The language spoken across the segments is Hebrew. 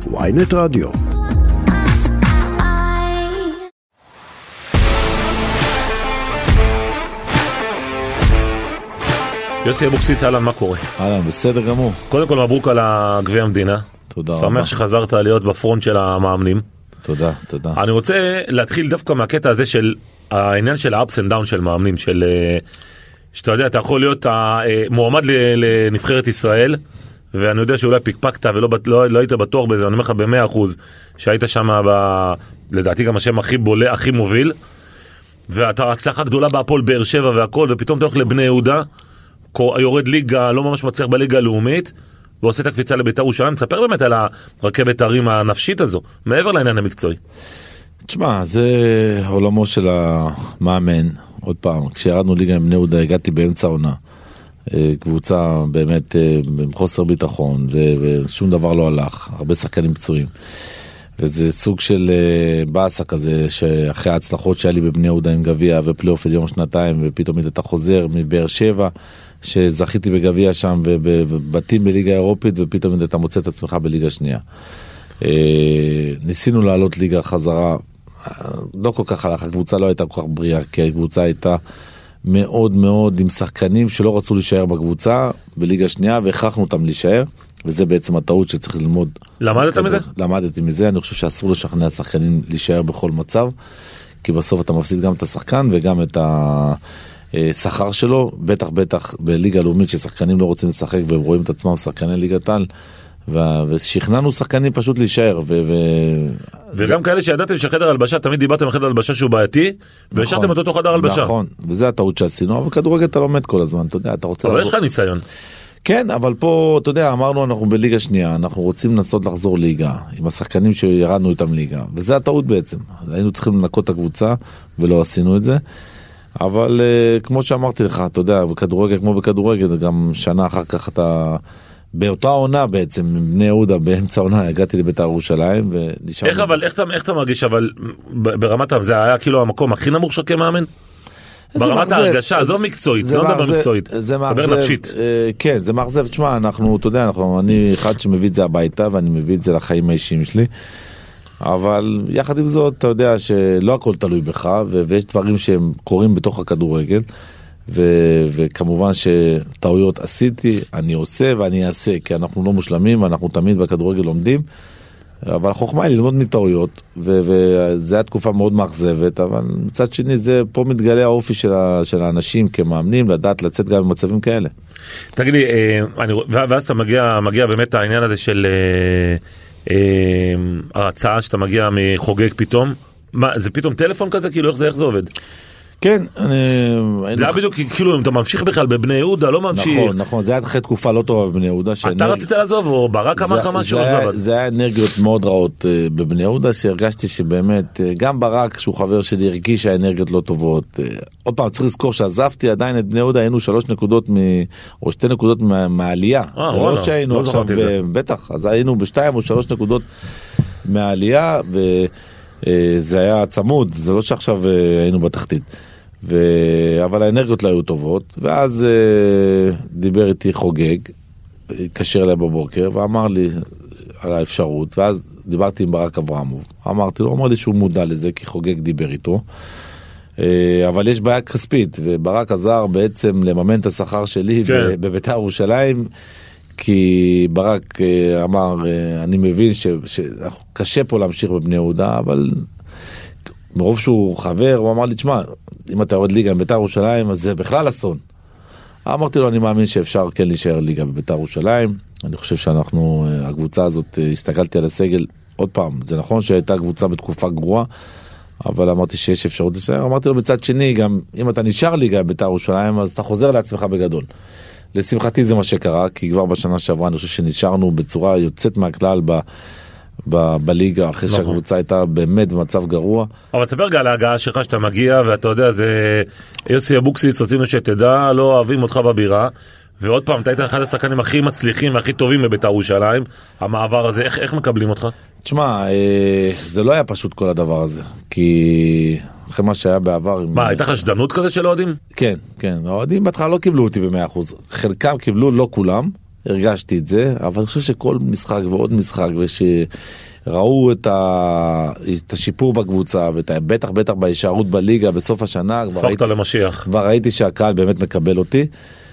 ynet רדיו. יוסי אבוקסיס, אהלן, מה קורה? אהלן, בסדר גמור. קודם כל מברוק על גביע המדינה. תודה רבה. שמח שחזרת להיות בפרונט של המאמנים. תודה, תודה. אני רוצה להתחיל דווקא מהקטע הזה של העניין של ה-ups and down של מאמנים, של שאתה יודע, אתה יכול להיות מועמד לנבחרת ישראל, ואני יודע שאולי פיקפקת ולא היית בטוח בזה, אני אומר לך ב100% שהיית שם, לדעתי גם השם הכי מוביל, ואתה הצלחה גדולה בהפועל באר שבע והכל, ופתאום אתה הולך לבני יהודה, יורד ליגה, לא ממש מצליח בליגה הלאומית, ועושה את הקפיצה לבית"ר ירושלים. תספר באמת על הרכבת הרים הנפשית הזו, מעבר לעניין המקצועי. תשמע, זה עולמו של המאמן. עוד פעם, כשירדנו ליגה עם בני יהודה, הגעתי באמצע עונה. קבוצה באמת חוסר ביטחון, ושום דבר לא הלך. הרבה שחקנים פצועים. וזה סוג של באסה כזה, שאחרי ההצלחות שהיה לי בבני יהודה עם גביע ופלייאוף עליון שנתיים, ופתאום אתה חוזר מבאר שבע, שזכיתי בגביע שם ובתים בליגה האירופית, ופתאום אתה מוצא את עצמך בליגה שנייה. ניסינו לעלות ליגה חזרה, לא כל כך הלך, הקבוצה לא הייתה כל כך בריאה, כי הקבוצה הייתה מאוד מאוד עם שחקנים שלא רצו להישאר בקבוצה בליגה שנייה, והכרחנו אותם להישאר, וזה בעצם הטעות שצריך ללמוד. למדת מזה? למדתי מזה, אני חושב שאסור לשכנע שחקנים להישאר בכל מצב, כי בסוף אתה מפסיד גם את השחקן וגם את השכר שלו, בטח בליגה הלאומית ששחקנים לא רוצים לשחק והם רואים את עצמם שחקני ליגת העל, ושכנענו שחקנים פשוט להישאר. וגם כאלה שידעתם שחדר הלבשה, תמיד דיברתם על חדר הלבשה שהוא בעייתי, והשארתם את אותו חדר הלבשה. נכון, וזה הטעות שעשינו, אבל כדורגל אתה לומד כל הזמן, אתה יודע, אתה רוצה... אבל יש לך ניסיון. כן, אבל פה, אתה יודע, אמרנו אנחנו בליגה שנייה, אנחנו רוצים לנסות לחזור ליגה, עם השחקנים שירדנו איתם ליגה, וזה הטעות בעצם. היינו צריכים לנקות את הקבוצה, ולא עשינו את זה. אבל כמו שאמרתי לך, אתה יודע, בכדורגל כמו בכדורגל, גם שנה אחר כך אתה... באותה עונה בעצם, בני יהודה, באמצע עונה, הגעתי לבית"ר ירושלים, איך אתה מרגיש, אבל ברמת, זה היה כאילו המקום הכי נמוך שלך כמאמן? ברמת ההרגשה, זו מקצועית, לא מדבר מקצועית, דבר נפשית. כן, זה מאכזב, תשמע, אתה יודע, אני אחד שמביא את זה הביתה, ואני מביא את זה לחיים האישיים שלי, אבל יחד עם זאת, אתה יודע שלא הכל תלוי בך, ויש דברים שהם קורים בתוך הכדורגל, וכמובן שטעויות עשיתי, אני עושה ואני אעשה, כי אנחנו לא מושלמים, ואנחנו תמיד בכדורגל לומדים, אבל החוכמה היא ללמוד מטעויות, וזה התקופה מאוד מאכזבת, אבל מצד שני זה פה מתגלה האופי של האנשים כמאמנים, לדעת לצאת גם במצבים כאלה. תגיד לי, ואז אתה מגיע באמת העניין הזה של ההצעה שאתה מגיע מחוגג פתאום, זה פתאום טלפון כזה? כאילו איך זה עובד? כן, זה היה בדיוק, כאילו, אם אתה ממשיך בכלל בבני יהודה, לא ממשיך. נכון, זה היה אחרי תקופה לא טובה בבני יהודה. אתה רצית לעזוב, או ברק אמר לך משהו על זבת? זה היה אנרגיות מאוד רעות בבני יהודה, שהרגשתי שבאמת, גם ברק, שהוא חבר שלי, הרגיש שהאנרגיות לא טובות. עוד פעם, צריך לזכור שעזבתי עדיין את בני יהודה, היינו 3 נקודות, או 2 נקודות מהעלייה. זה לא שהיינו עכשיו, בטח, אז היינו ב2 או 3 נקודות מהעלייה, וזה היה צמוד, זה לא שעכשיו היינו בתחתית. אבל האנרגיות לא היו טובות, ואז דיבר איתי חוגג, התקשר אליי בבוקר ואמר לי על האפשרות, ואז דיברתי עם ברק אברמוב, אמר לי שהוא מודע לזה כי חוגג דיבר איתו, אבל יש בעיה כספית, וברק עזר בעצם לממן את השכר שלי בבית"ר ירושלים, כי ברק אמר, אני מבין שקשה פה להמשיך בבני יהודה, אבל מרוב שהוא חבר, הוא אמר לי, תשמע, אם אתה יורד ליגה בבית"ר ירושלים, אז זה בכלל אסון. אמרתי לו, אני מאמין שאפשר כן להישאר ליגה בבית"ר ירושלים. אני חושב שאנחנו, הקבוצה הזאת, הסתכלתי על הסגל, עוד פעם, זה נכון שהייתה קבוצה בתקופה גרועה, אבל אמרתי שיש אפשרות להישאר. אמרתי לו, בצד שני, גם אם אתה נשאר ליגה בבית"ר ירושלים, אז אתה חוזר לעצמך בגדול. לשמחתי זה מה שקרה, כי כבר בשנה שעברה אני חושב שנשארנו בצורה יוצאת מהכלל בליגה, אחרי שהקבוצה הייתה באמת במצב גרוע. אבל תספר רגע על ההגעה שלך שאתה מגיע, ואתה יודע, זה יוסי אבוקסיס, רצינו שתדע, לא אוהבים אותך בבירה, ועוד פעם, אתה היית אחד השחקנים הכי מצליחים והכי טובים בבית"ר ירושלים, המעבר הזה, איך מקבלים אותך? תשמע, זה לא היה פשוט כל הדבר הזה, כי אחרי מה שהיה בעבר... מה, הייתה חשדנות כזה של אוהדים? כן, כן, האוהדים בהתחלה לא קיבלו אותי ב100%, חלקם קיבלו, לא כולם, הרגשתי את זה, אבל אני חושב שכל משחק ועוד משחק, ושראו את השיפור בקבוצה, בטח בהישארות בליגה בסוף השנה, הפכת למשיח. כבר ראיתי שהקהל באמת מקבל אותי,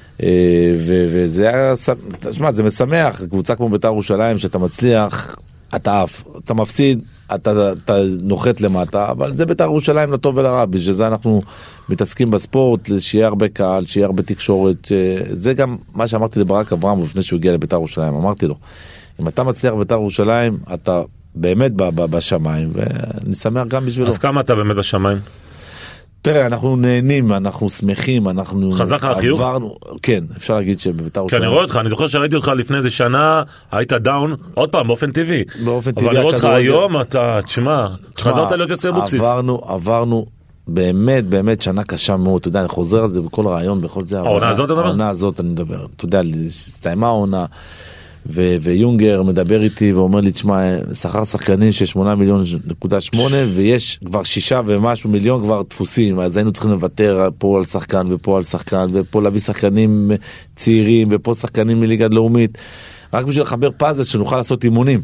וזה היה, תשמע, זה משמח, קבוצה כמו בית"ר ירושלים, שאתה מצליח, אתה עף, אתה מפסיד, אתה נוחת למטה, אבל זה בית"ר ירושלים לטוב ולרע, בשביל זה אנחנו מתעסקים בספורט, שיהיה הרבה קהל, שיהיה הרבה תקשורת, זה גם מה שאמרתי לברק אברהם לפני שהוא הגיע לבית"ר ירושלים, אמרתי לו, אם אתה מצליח בית"ר ירושלים, אתה באמת בשמיים, ואני שמח גם בשבילו. אז כמה אתה באמת בשמיים? תראה, אנחנו נהנים, אנחנו שמחים, אנחנו... חזר לך החיוך? כן, אפשר להגיד שבבית"ר ירושלים... כן, אני רואה אותך, אני זוכר שראיתי אותך לפני איזה שנה, היית דאון, עוד פעם, באופן טבעי. באופן טבעי. אבל אני רואה אותך היום, אתה, תשמע, חזרת להיות יוצא בוקסיס. עברנו באמת שנה קשה מאוד, אתה יודע, אני חוזר על זה בכל רעיון, בכל זה... העונה הזאת אתה מדבר? העונה הזאת אני מדבר, אתה יודע, הסתיימה העונה, ויונגר מדבר איתי ואומר לי, תשמע, שכר שחקנים של 8.8 מיליון, ויש כבר 6 ומשהו מיליון כבר דפוסים, אז היינו צריכים לוותר פה על שחקן ופה על שחקן, ופה להביא שחקנים צעירים, ופה שחקנים מליגה לאומית, רק בשביל לחבר פאזל שנוכל לעשות אימונים,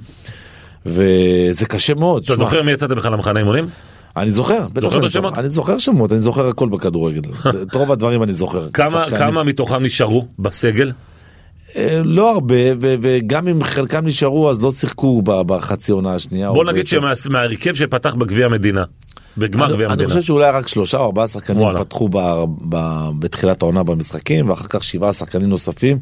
וזה קשה מאוד. אתה זוכר מי יצאת בכלל למחנה אימונים? אני זוכר, אני זוכר שמות, אני זוכר הכל בכדורגל, את רוב הדברים אני זוכר. כמה מתוכם נשארו בסגל? לא הרבה, וגם אם חלקם נשארו אז לא שיחקו בחצי עונה השנייה. בוא נגיד שמהרכב שפתח בגביע המדינה, בגמר גביע המדינה, אני חושב שאולי רק 3 או 4 שחקנים פתחו בתחילת העונה במשחקים, ואחר כך 7 שחקנים נוספים.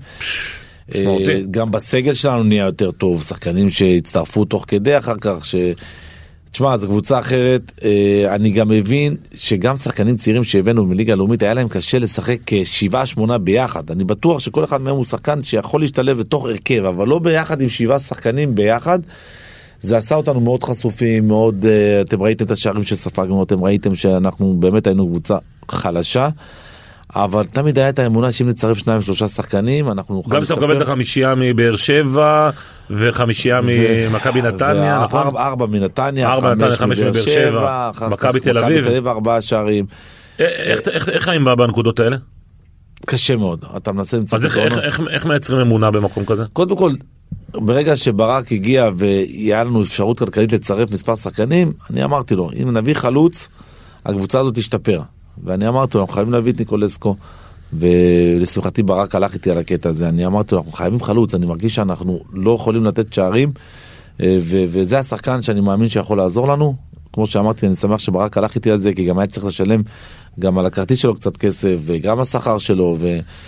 גם בסגל שלנו נהיה יותר טוב, שחקנים שהצטרפו תוך כדי אחר כך, תשמע, זו קבוצה אחרת. אני גם מבין שגם שחקנים צעירים שהבאנו מליגה הלאומית, היה להם קשה לשחק כ7-8 ביחד. אני בטוח שכל אחד מהם הוא שחקן שיכול להשתלב לתוך הרכב, אבל לא ביחד עם 7 שחקנים ביחד. זה עשה אותנו מאוד חשופים, מאוד, אתם ראיתם את השערים שספגנו, אתם ראיתם שאנחנו באמת היינו קבוצה חלשה, אבל תמיד היה את האמונה שאם נצרף 2-3 שחקנים, אנחנו נוכל להשתפר. גם שאתה מקבל את 5 מבאר שבע, ו5 ממכבי נתניה, נכון? 4 מנתניה, 5 מבאר שבע, מכבי תל אביב. 4 שערים. איך חיים בנקודות האלה? קשה מאוד, אתה מנסה למצוא... אז איך מייצרים אמונה במקום כזה? קודם כל, ברגע שברק הגיע והיה לנו אפשרות כלכלית לצרף מספר שחקנים, אני אמרתי לו, אם נביא חלוץ, הקבוצה הזאת תשתפר. ואני אמרתי לו, אנחנו חייבים להביא את ניקולסקו, ולשמחתי ברק הלך איתי על הקטע הזה. אני אמרתי לו, אנחנו חייבים חלוץ, אני מרגיש שאנחנו לא יכולים לתת שערים, וזה השחקן שאני מאמין שיכול לעזור לנו. כמו שאמרתי, אני שמח שברק הלך איתי על זה, כי גם היה צריך לשלם גם על הכרטיס שלו קצת כסף, וגם השכר שלו,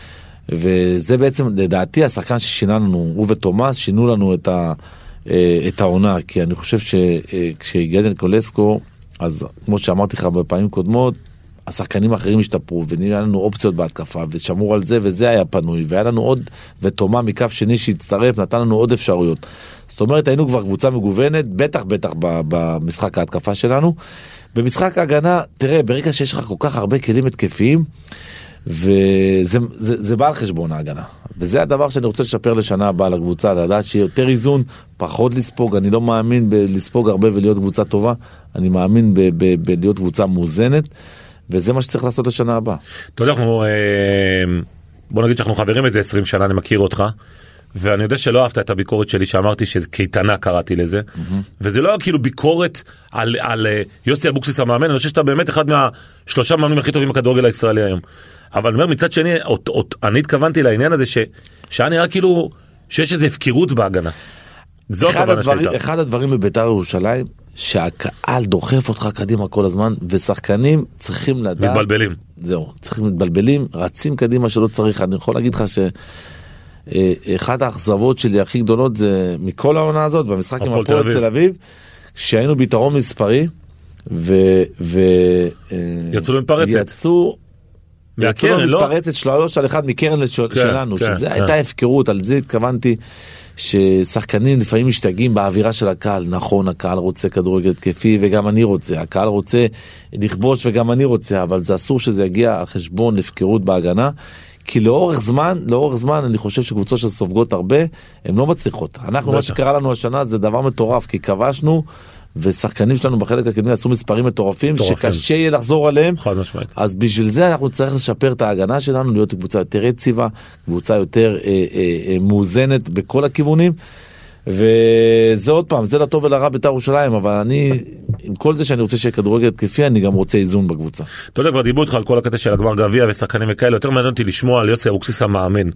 וזה בעצם, לדעתי, השחקן ששינה לנו, הוא ותומאס, שינו לנו את העונה, כי אני חושב שכשהגיע ניקולסקו, אז כמו שאמרתי לך בפעמים קודמות, השחקנים האחרים השתפרו, ונהיה לנו אופציות בהתקפה, ושמור על זה, וזה היה פנוי, והיה לנו עוד, ותומה מכף שני שהצטרף, נתן לנו עוד אפשרויות. זאת אומרת, היינו כבר קבוצה מגוונת, בטח במשחק ההתקפה שלנו. במשחק ההגנה, תראה, ברגע שיש לך כל כך הרבה כלים התקפיים, וזה בא על חשבון ההגנה. וזה הדבר שאני רוצה לשפר לשנה הבאה לקבוצה, לדעת שיהיה יותר איזון, פחות לספוג. אני לא מאמין בלספוג הרבה ולהיות קבוצה טובה, אני מאמין בלהיות קבוצה מאוזנת, וזה מה שצריך לעשות לשנה הבאה. אתה יודע, בוא נגיד שאנחנו חברים איזה 20 שנה, אני מכיר אותך, ואני יודע שלא אהבת את הביקורת שלי שאמרתי שקייטנה קראתי לזה, וזה לא כאילו ביקורת על יוסי אבוקסיס המאמן, אני חושב שאתה באמת אחד מהשלושה מאמנים הכי טובים בכדורגל הישראלי היום. אבל אני אומר, מצד שני, אני התכוונתי לעניין הזה שהיה נראה כאילו שיש איזו הפקירות בהגנה. אחד הדברים בבית"ר ירושלים, שהקהל דוחף אותך קדימה כל הזמן, ושחקנים צריכים לדעת... מתבלבלים. זהו, צריכים מתבלבלים, רצים קדימה שלא צריך. אני יכול להגיד לך שאחת האכזבות שלי הכי גדולות זה מכל העונה הזאת, במשחק עם הפועל תל אביב, כשהיינו ביתרון מספרי, יצאו למפרצת. מהקרן, לא? מתפרצת 3-1 מקרן שלנו, שזה הייתה הפקרות, על זה התכוונתי, ששחקנים לפעמים משתגעים באווירה של הקהל. נכון, הקהל רוצה כדורגל התקפי וגם אני רוצה, הקהל רוצה לכבוש וגם אני רוצה, אבל זה אסור שזה יגיע על חשבון לפקרות בהגנה, כי לאורך זמן אני חושב שקבוצות שסופגות הרבה, הן לא מצליחות. אנחנו, מה שקרה לנו השנה זה דבר מטורף, כי כבשנו ושחקנים שלנו בחלק הקדמי עשו מספרים מטורפים, שקשה יהיה לחזור עליהם. חד משמעית. אז בשביל זה אנחנו צריך לשפר את ההגנה שלנו, להיות קבוצה יותר יציבה, קבוצה יותר מאוזנת בכל הכיוונים, וזה עוד פעם, זה לטוב ולרע בית"ר ירושלים, אבל אני, עם כל זה שאני רוצה שיהיה כדורגל התקפי, אני גם רוצה איזון בקבוצה. אתה יודע, כבר דיברו איתך על כל הקטע של הגמר גביע ושחקנים וכאלה, יותר מעניין אותי לשמוע על יוסי אבוקסיס המאמן.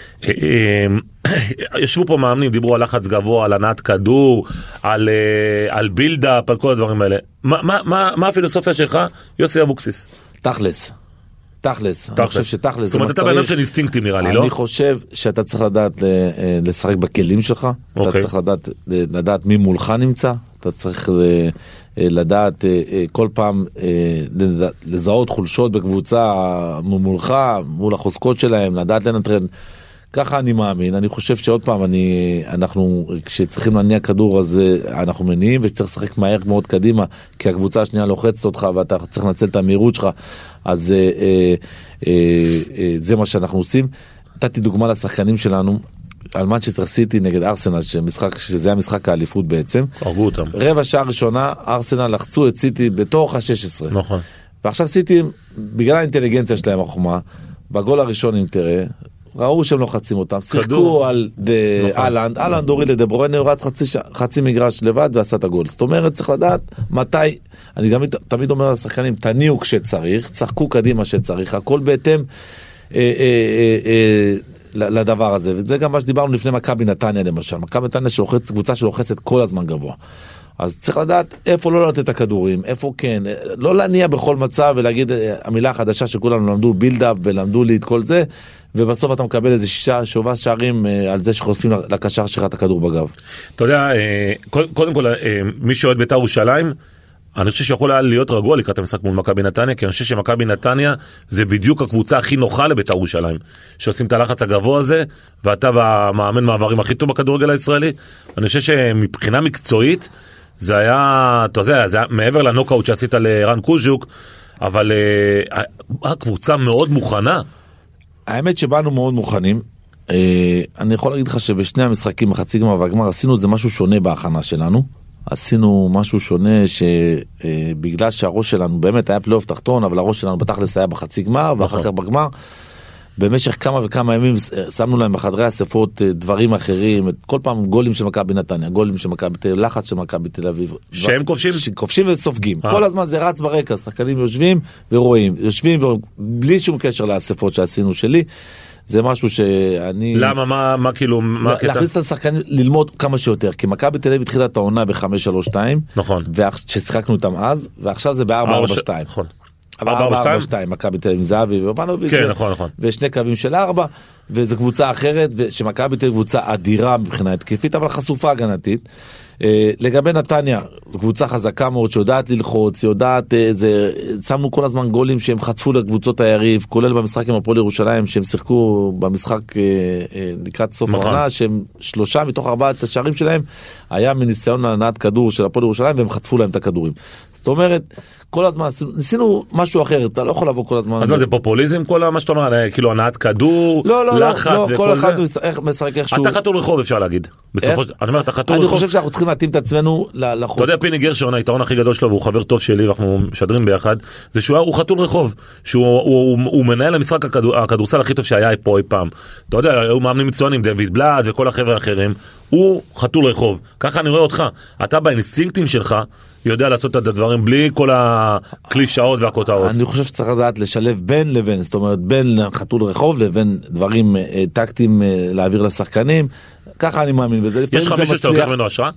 ישבו פה מאמנים, דיברו על לחץ גבוה, על הנעת כדור, על בילדאפ, על כל הדברים האלה. מה הפילוסופיה שלך, יוסי אבוקסיס? תכלס. אני חושב שתכלס. זאת אומרת, אתה בן אדם של אינסטינקטים נראה לי, לא? אני חושב שאתה צריך לדעת לשחק בכלים שלך, אתה צריך לדעת מי מולך נמצא, אתה צריך לדעת כל פעם לזהות חולשות בקבוצה מולך, מול החוזקות שלהם, לדעת לנטרן. ככה אני מאמין, אני חושב שעוד פעם אנחנו כשצריכים להניע כדור אז אנחנו מניעים, ושצריך לשחק מהר מאוד קדימה, כי הקבוצה השנייה לוחצת אותך ואתה צריך לנצל את המהירות שלך, אז זה מה שאנחנו עושים. נתתי דוגמה לשחקנים שלנו, על מנצ'סטר סיטי נגד ארסנל, שזה היה משחק האליפות בעצם. הרגו אותם. רבע שעה ראשונה, ארסנל לחצו את סיטי בתוך ה-16. נכון. ועכשיו סיטי, בגלל האינטליגנציה שלהם החומה, בגול הראשון אם תראה, ראו שהם לוחצים אותם, שיחקו על אלנד הוריד לדברויינה, הורד חצי מגרש לבד ועשה את הגול. זאת אומרת, צריך לדעת מתי, אני גם תמיד אומר לשחקנים, תניעו כשצריך, צחקו קדימה שצריך, הכל בהתאם לדבר הזה. וזה גם מה שדיברנו לפני מכבי נתניה למשל, מכבי נתניה קבוצה שלוחצת כל הזמן גבוה. אז צריך לדעת איפה לא לתת את הכדורים, איפה כן, לא להניע בכל מצב ולהגיד המילה החדשה שכולנו למדו בילדאפ ולמדו לי את כל זה, ובסוף אתה מקבל איזה 6 שערים על זה שחושפים לקשר שלך את הכדור בגב. אתה יודע, קודם כל, מי שאוהד בית"ר ירושלים, אני חושב שיכול היה להיות רגוע לקראת המשחק מול מכבי נתניה, כי אני חושב שמכבי נתניה זה בדיוק הקבוצה הכי נוחה לבית"ר ירושלים, שעושים את הלחץ הגבוה הזה, ואתה במאמן מעברים הכי טוב בכדורגל הישראלי. אני חושב שמבחינה מקצועית, זה היה, אתה יודע, זה היה מעבר לנוקאוט שעשית לרן קוז'וק, אבל הקבוצה מאוד מוכנה. האמת שבאנו מאוד מוכנים. אני יכול להגיד לך שבשני המשחקים, החצי גמר והגמר, עשינו את זה משהו שונה בהכנה שלנו. עשינו משהו שונה שבגלל שהראש שלנו באמת היה פלייאוף תחתון, אבל הראש שלנו בתכלס היה בחצי גמר, ואחר כך בגמר. במשך כמה וכמה ימים שמנו להם בחדרי אספות דברים אחרים, כל פעם גולים של מכבי נתניה, גולים של מכבי תל אביב, לחץ של מכבי תל אביב. שהם כובשים? כובשים וסופגים. כל הזמן זה רץ ברקע, שחקנים יושבים ורואים, בלי שום קשר לאספות שעשינו שלי. זה משהו שאני... למה? מה כאילו... להכניס את השחקנים ללמוד כמה שיותר, כי מכבי תל אביב התחילה את העונה ב-5-3-2. נכון. ששיחקנו איתם אז, ועכשיו זה ב-4-4-2. נכון. 4-4-2, מכבי תל אביב זהבי ובנוביץ', כן, נכון. ושני קווים של 4, וזו קבוצה אחרת, שמכבי תל אביב קבוצה אדירה מבחינה התקפית, אבל חשופה הגנתית. לגבי נתניה, קבוצה חזקה מאוד, שיודעת ללחוץ, שמנו כל הזמן גולים שהם חטפו לקבוצות היריב, כולל במשחק עם הפועל ירושלים, שהם שיחקו במשחק לקראת סוף העונה, שהם 3 מתוך 4 השערים שלהם, היה מניסיון להנעת כדור של הפועל ירושלים, והם חטפו להם את הכדורים. זאת אומרת, כל הזמן ניסינו משהו אחר, אתה לא יכול לבוא כל הזמן. אז לא, זה פופוליזם כל מה שאתה אומר, כאילו הנעת כדור, לחץ וכל זה? לא, כל אחד משחק איכשהו. אתה חתול רחוב אפשר להגיד. אני אומר, אתה חתול רחוב. אני חושב שאנחנו צריכים להתאים את עצמנו לחוץ. אתה יודע, פיני גרשון, היתרון הכי גדול שלו, והוא חבר טוב שלי, ואנחנו משדרים ביחד, זה שהוא חתול רחוב, שהוא מנהל המשחק הכדורסל הכי טוב שהיה פה אי פעם. אתה יודע, היו מאמנים מצוינים, דוד בלאד וכל החבר'ה האחרים, הוא חתול רחוב. ככה אני רואה אותך. אתה באינסטינקטים שלך יודע לעשות את הדברים בלי כל הקלישאות והכותרות. אני חושב שצריך לדעת לשלב בין לבין, זאת אומרת בין חתול רחוב לבין דברים טקטיים להעביר לשחקנים. ככה אני מאמין בזה. יש לך מישהו שאתה לוקח ממנו השראה?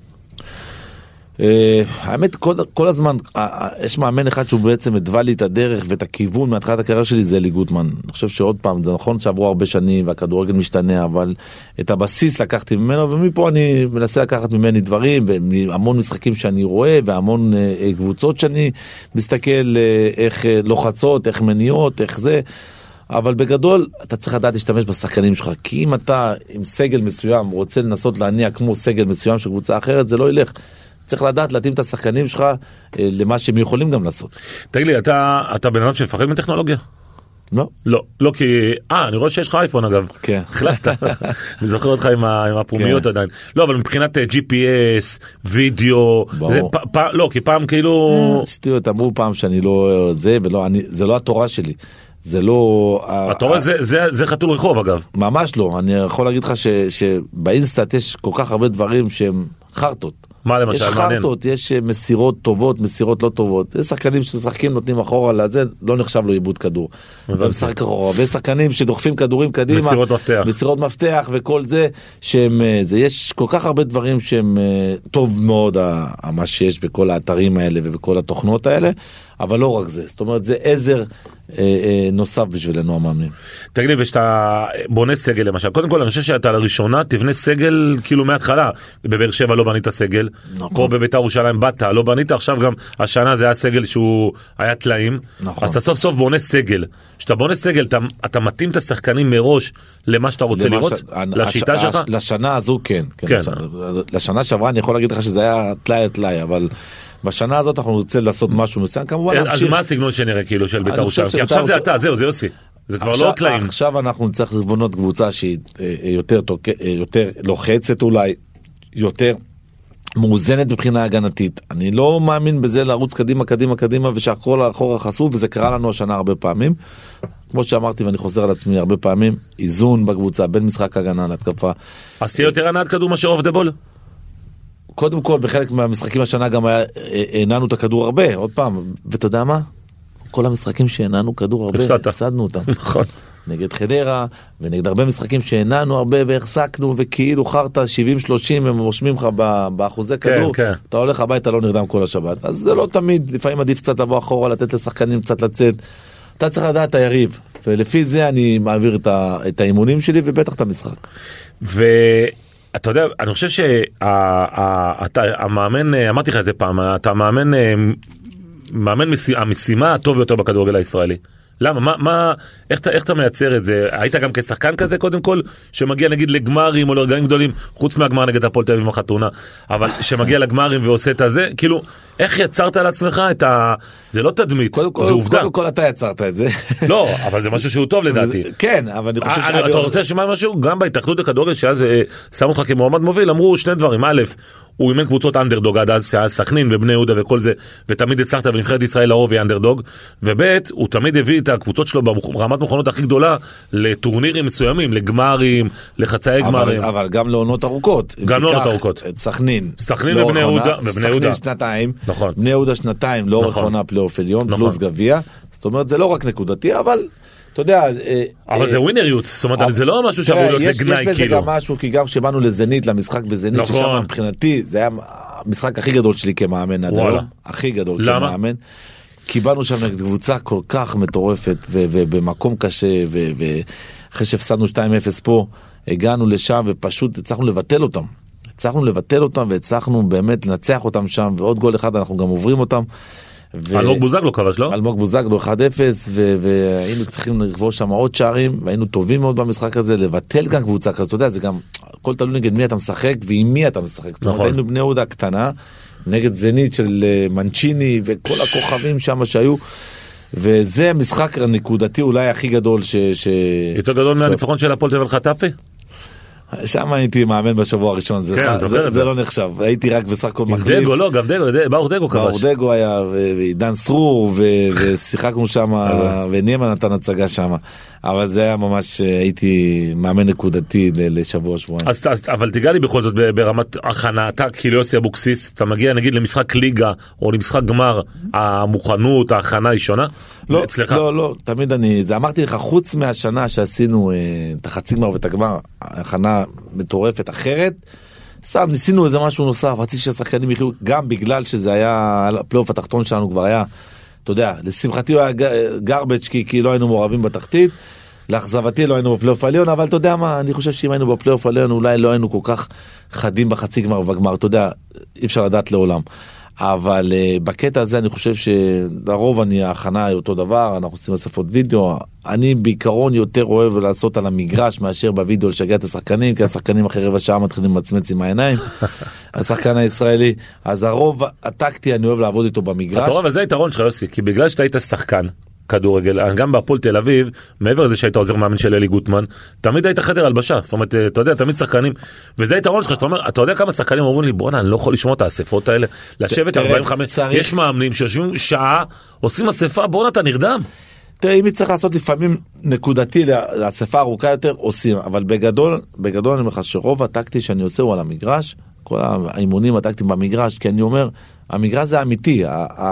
האמת, כל הזמן יש מאמן אחד שהוא בעצם הדווה לי את הדרך ואת הכיוון מהתחלת הקריירה שלי, זה אלי גוטמן. אני חושב שעוד פעם, זה נכון שעברו הרבה שנים והכדורגל משתנה, אבל את הבסיס לקחתי ממנו, ומפה אני מנסה לקחת ממני דברים, והמון משחקים שאני רואה, והמון קבוצות שאני מסתכל איך לוחצות, איך מניעות, איך זה. אבל בגדול אתה צריך לדעת להשתמש בשחקנים שלך, כי אם אתה עם סגל מסוים רוצה לנסות להניע כמו סגל מסוים של קבוצה אחרת, זה לא ילך. צריך לדעת להתאים את השחקנים שלך למה שהם יכולים גם לעשות. תגיד לי, אתה בן אדם שמפחד מטכנולוגיה? לא. לא כי, אני רואה שיש לך אייפון אגב. כן. החלפת. אני זוכר אותך עם הפרומיות עדיין. לא, אבל מבחינת GPS, וידאו, לא, כי פעם כאילו... שטויות, אמרו פעם שאני לא זה, ולא, זה לא התורה שלי. זה לא... התורה זה חתול רחוב אגב. ממש לא. אני יכול להגיד לך שבאינסטאט יש כל כך הרבה דברים שהם חרטות. מה למשל? יש חרטות, יש מסירות טובות, מסירות לא טובות. יש שחקנים ששחקים נותנים אחורה לזה, לא נחשב לו איבוד כדור. ומשחק אחורה. ויש שחקנים שדוחפים כדורים קדימה. מסירות מפתח. מסירות מפתח וכל זה, שהם, יש כל כך הרבה דברים שהם טוב מאוד, מה שיש בכל האתרים האלה ובכל התוכנות האלה, אבל לא רק זה. זאת אומרת, זה עזר נוסף בשבילנו המאמנים. תגיד לי, ושאתה בונה סגל למשל, קודם כל אני חושב שאתה לראשונה תבנה סגל כאילו מההתחלה. בבאר שבע לא בנית סגל, פה בבית"ר ירושלים באת, לא בנית, עכשיו גם השנה זה היה סגל שהוא היה תלאים, אז אתה סוף סוף בונה סגל. כשאתה בונה סגל, אתה מתאים את השחקנים מראש למה שאתה רוצה לראות, לשיטה שלך? לשנה הזו כן. לשנה שעברה אני יכול להגיד לך שזה היה תלאי, אבל... בשנה הזאת אנחנו נרצה לעשות משהו מסוים, כמובן אז מה הסגנון שנראה כאילו של בית"ר ירושלים? כי עכשיו זה אתה, זהו, זה יוסי. זה כבר לא תלאים. עכשיו אנחנו נצטרך לבנות קבוצה שהיא יותר לוחצת אולי, יותר מאוזנת מבחינה הגנתית. אני לא מאמין בזה לרוץ קדימה ושהכל אחורה חשוף, וזה קרה לנו השנה הרבה פעמים. כמו שאמרתי ואני חוזר על עצמי הרבה פעמים, איזון בקבוצה בין משחק הגנה להתקפה. אז תהיה יותר הנעת כדור מאשר אוף דה בול? קודם כל, בחלק מהמשחקים השנה גם העננו את הכדור הרבה, עוד פעם, ואתה יודע מה? כל המשחקים שהעננו כדור הרבה, הפסדנו אותם. נכון. נגד חדרה, ונגד הרבה משחקים שהעננו הרבה והחזקנו, וכאילו חרת 70-30, הם רושמים לך באחוזי כדור, אתה הולך הביתה לא נרדם כל השבת. אז זה לא תמיד, לפעמים עדיף קצת לבוא אחורה, לתת לשחקנים קצת לצאת. אתה צריך לדעת את היריב, ולפי זה אני מעביר את האימונים שלי, ובטח את המשחק. אתה יודע, אני חושב שהמאמן, אמרתי לך את זה פעם, אתה מאמן המשימה הטוב יותר בכדורגל הישראלי. למה? איך אתה מייצר את זה? היית גם כשחקן כזה קודם כל, שמגיע נגיד לגמרים או לרגעים גדולים, חוץ מהגמר נגד הפועל תל אביב החתונה, אבל שמגיע לגמרים ועושה את הזה, כאילו, איך יצרת על עצמך את זה לא תדמית, זה עובדה. קודם כל אתה יצרת את זה. לא, אבל זה משהו שהוא טוב לדעתי. כן, אבל אני חושב אתה רוצה לשמוע משהו? גם בהתאחדות לכדורגל שאז שמו אותך כמועמד מוביל, אמרו שני דברים. א', הוא אימן קבוצות אנדרדוג עד אז, שהיה סכנין ובני יהודה וכל זה, ותמיד הצלחת בנבחרת ישראל לרוב היא אנדרדוג, וב' הוא תמיד הביא את הקבוצות שלו ברמת מכונות הכי גדולה לטורנירים מסוימים, לגמרים, לחצאי גמרים. אבל גם לעונות ארוכות. גם לעונות ארוכות. סכנין ובני יהודה. סכנין שנתיים. נכון. בני יהודה שנתיים, לא עונה פלייאוף עליון, פלוס גביע. זאת אומרת, זה לא רק נקודתי, אבל אתה יודע... אבל זה ווינריות, זאת אומרת, זה לא משהו שאמור להיות לגנאי כאילו. יש בזה גם משהו, כי גם כשבאנו לזנית, למשחק בזנית, ששם מבחינתי, זה היה המשחק הכי גדול שלי כמאמן עד היום. הכי גדול כמאמן. כי באנו שם נגד קבוצה כל כך מטורפת, ובמקום קשה, ואחרי שהפסדנו 2-0 פה, הגענו לשם ופשוט הצלחנו לבטל אותם, והצלחנו באמת לנצח אותם שם, ועוד גול אחד אנחנו גם עוברים אותם. אלמוג בוזגלו כבש, לא? אלמוג בוזגלו 1-0, והיינו צריכים לכבוש שם עוד שערים, והיינו טובים מאוד במשחק הזה, לבטל כאן קבוצה כזאת, אתה יודע, זה גם, הכל תלוי נגד מי אתה משחק, ועם מי אתה משחק. זאת אומרת, היינו בני יהודה קטנה, נגד זנית של מנצ'יני, וכל הכוכבים שם שהיו, וזה המשחק הנקודתי אולי הכי גדול יותר גדול מהניצחון של הפועל תל אביב חטאפי? שם הייתי מאמן בשבוע הראשון, זה לא נחשב, הייתי רק בסך הכל מחליף. דגו, לא, גם ברוך דגו כבש. ברוך דגו היה, ועידן סרור, ושיחקנו שם, ונימן נתן הצגה שם, אבל זה היה ממש, הייתי מאמן נקודתי לשבוע שבועיים. אבל תיגע לי בכל זאת ברמת הכנה, אתה כאילו יוסי אבוקסיס, אתה מגיע נגיד למשחק ליגה, או למשחק גמר, המוכנות, ההכנה היא שונה? לא, תמיד זה אמרתי לך, חוץ מהשנה שעשינו את החצי גמר ואת הגמר, הכנה מטורפת אחרת, סתם ניסינו איזה משהו נוסף, רציתי שהשחקנים יחיו, גם בגלל שזה היה, הפלייאוף התחתון שלנו כבר היה, אתה יודע, לשמחתי הוא היה גרבג' כי לא היינו מעורבים בתחתית, לאכזבתי לא היינו בפלייאוף העליון, אבל אתה יודע מה, אני חושב שאם היינו בפלייאוף העליון, אולי לא היינו כל כך חדים בחצי גמר ובגמר, אתה יודע, אי אפשר לדעת לעולם. אבל בקטע הזה אני חושב שלרוב ההכנה היא אותו דבר, אנחנו עושים אספות וידאו, אני בעיקרון יותר אוהב לעשות על המגרש מאשר בוידאו לשגע את השחקנים, כי השחקנים אחרי רבע שעה מתחילים למצמץ עם העיניים, השחקן הישראלי, אז הרוב הטקטי אני אוהב לעבוד איתו במגרש. אתה רואה, וזה היתרון שלך יוסי, כי בגלל שאתה היית שחקן, כדורגל, גם בהפועל תל אביב, מעבר לזה שהיית עוזר מאמן של אלי גוטמן, תמיד היית חדר הלבשה, זאת אומרת, אתה יודע, תמיד שחקנים, וזה היתרון שלך, אתה יודע כמה שחקנים אומרים לי, בוא'נה, אני לא יכול לשמוע את האספות האלה, לשבת 45, יש מאמנים שיושבים שעה, עושים אספה, בוא'נה, אתה נרדם. תראה, אם צריך לעשות לפעמים נקודתי לאספה ארוכה יותר, עושים, אבל בגדול אני אומר לך שרוב הטקטי שאני עושה הוא על המגרש, כל האימונים הטקטיים במגרש, כי אני אומר, המגרש זה אמיתי,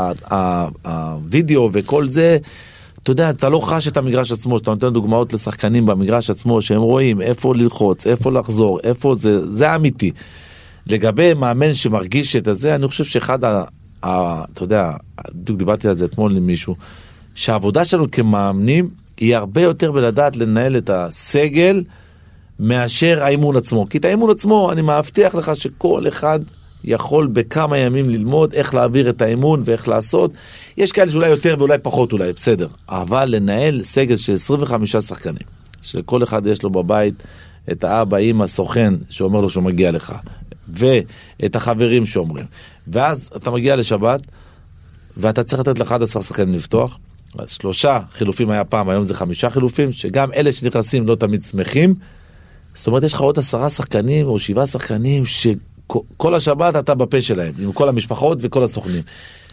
הווידאו וכל זה, אתה יודע, אתה לא חש את המגרש עצמו, שאתה נותן דוגמאות לשחקנים במגרש עצמו, שהם רואים איפה ללחוץ, איפה לחזור, איפה זה אמיתי. לגבי מאמן שמרגיש את זה, אני חושב שאחד, אתה יודע, דיברתי על זה אתמול למישהו, שהעבודה שלנו כמאמנים, היא הרבה יותר בלדעת לנהל את הסגל, מאשר האימון עצמו. כי את האימון עצמו, אני מבטיח לך שכל אחד יכול בכמה ימים ללמוד איך להעביר את האימון ואיך לעשות. יש כאלה שאולי יותר ואולי פחות אולי, בסדר. אבל לנהל סגל של 25 שחקנים, שכל אחד יש לו בבית את האבא, אמא, סוכן שאומר לו שהוא מגיע לך, ואת החברים שאומרים. ואז אתה מגיע לשבת, ואתה צריך לתת ל11 שחקנים לפתוח. 3 חילופים היה פעם, היום זה 5 חילופים, שגם אלה שנכנסים לא תמיד שמחים. זאת אומרת, יש לך עוד 10 שחקנים או 7 שחקנים שכל השבת אתה בפה שלהם, עם כל המשפחות וכל הסוכנים.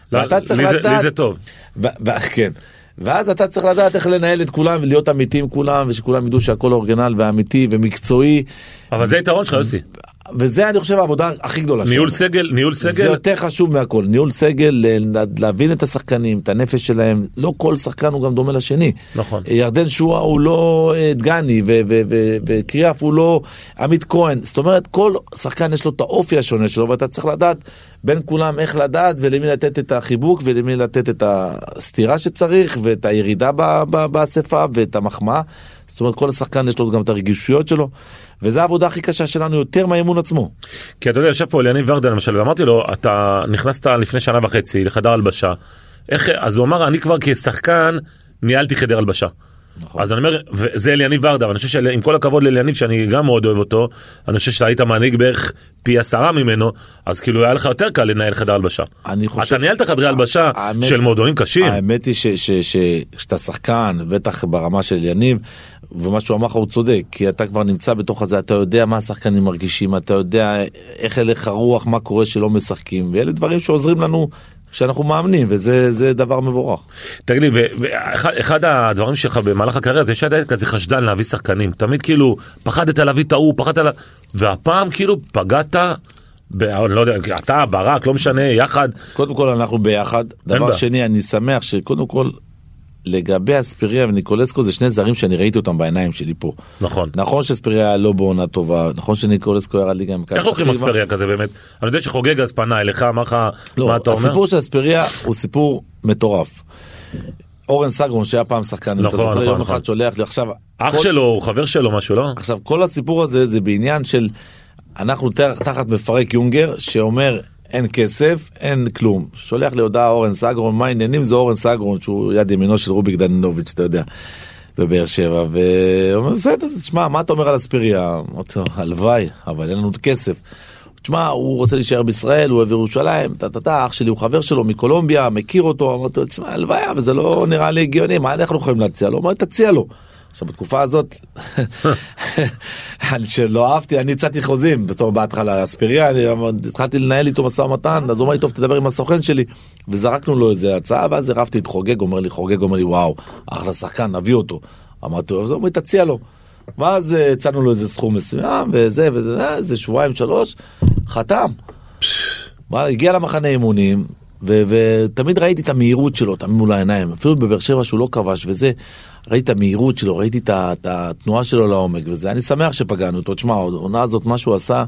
לי זה טוב. כן. ואז אתה צריך לדעת איך לנהל את כולם ולהיות אמיתי עם כולם, ושכולם ידעו שהכל אורגינל ואמיתי ומקצועי. אבל זה יתרון שלך, יוסי. וזה אני חושב העבודה הכי גדולה. ניהול סגל. זה יותר חשוב מהכל. ניהול סגל, להבין את השחקנים, את הנפש שלהם. לא כל שחקן הוא גם דומה לשני. נכון. ירדן שואה הוא לא דגני, וקריאף הוא לא עמית כהן. זאת אומרת, כל שחקן יש לו את האופי השונה שלו, ואתה צריך לדעת בין כולם איך לדעת, ולמי לתת את החיבוק, ולמי לתת את הסתירה שצריך, ואת הירידה באספה, ואת המחמאה. זאת אומרת, כל השחקן יש לו גם את הרגישויות שלו, וזו העבודה הכי קשה שלנו יותר מהאימון עצמו. כי אתה יודע, יושב פה אליניב ורדה למשל, ואמרתי לו, אתה נכנסת לפני 1.5 שנה לחדר הלבשה, אז הוא אמר, אני כבר כשחקן ניהלתי חדר הלבשה. נכון. אז אני אומר, וזה אליניב ורדה, ואני חושב שעם כל הכבוד לאליניב, שאני גם מאוד אוהב אותו, אני חושב שהיית מנהיג בערך פי 10 ממנו, אז כאילו היה לך יותר קל לנהל חדר הלבשה. אתה ניהלת חדרי הלבשה של מועדונים קשים. האמת היא שאתה שחקן, בטח ברמה של אליניב, ומה שהוא אמר לך הוא צודק, כי אתה כבר נמצא בתוך הזה, אתה יודע מה השחקנים מרגישים, אתה יודע איך הלך הרוח, מה קורה שלא משחקים, ואלה דברים שעוזרים לנו כשאנחנו מאמנים, וזה דבר מבורך. תגיד לי, אחד הדברים שלך במהלך הקריירה, זה שהיית כזה חשדן להביא שחקנים, תמיד כאילו פחדת להביא טעו, והפעם כאילו פגעת, לא יודע, אתה, ברק, לא משנה, יחד. קודם כל אנחנו ביחד, דבר שני, אני שמח שקודם כל, לגבי אספריה וניקולסקו זה שני זרים שאני ראיתי אותם בעיניים שלי פה. נכון. נכון שאספריה לא בעונה טובה, נכון שניקולסקו ירד לי גם... איך לוקחים אספריה כזה באמת? אני יודע שחוגג אז פנה אליך, אמר לך, מה אתה אומר? הסיפור של אספריה הוא סיפור מטורף. אורן סגרון שהיה פעם שחקן, אתה זוכר יום אחד שולח לי עכשיו... אח שלו, הוא חבר שלו, משהו, לא? עכשיו, כל הסיפור הזה זה בעניין של... אנחנו תחת מפרק יונגר שאומר... אין כסף, אין כלום. שולח לי הודעה אורן סגרון, מה העניינים? זה אורן סגרון, שהוא יד ימינו של רוביק דנינוביץ', אתה יודע, בבאר שבע, ואומר, בסדר, תשמע, מה אתה אומר על אספריה? אמרתי לו, הלוואי, אבל אין לנו כסף. תשמע, הוא רוצה להישאר בישראל, הוא אוהב ירושלים, אח שלי הוא חבר שלו מקולומביה, מכיר אותו, אמרתי לו, תשמע, הלוואי, אבל זה לא נראה לי הגיוני, מה אנחנו יכולים להציע לו? אמרתי, תציע לו. עכשיו בתקופה הזאת שלא אהבתי, אני הצעתי חוזים בהתחלה אספריה, התחלתי לנהל איתו משא ומתן, אז הוא אומר לי טוב תדבר עם הסוכן שלי, וזרקנו לו איזה הצעה, ואז הרפתי את חוגג, אומר לי וואו, אחלה שחקן, נביא אותו. אמרתי לו, אז הוא אומר תציע לו, ואז הצענו לו איזה סכום מסוים, וזה, איזה 2-3, חתם. הגיע למחנה אימונים, ותמיד ראיתי את המהירות שלו, תמיד מול העיניים, אפילו בבאר שבע שהוא לא כבש, וזה, ראיתי את המהירות שלו, ראיתי את התנועה שלו לעומק, וזה, אני שמח שפגענו אותו. תשמע, העונה הזאת, מה שהוא עשה,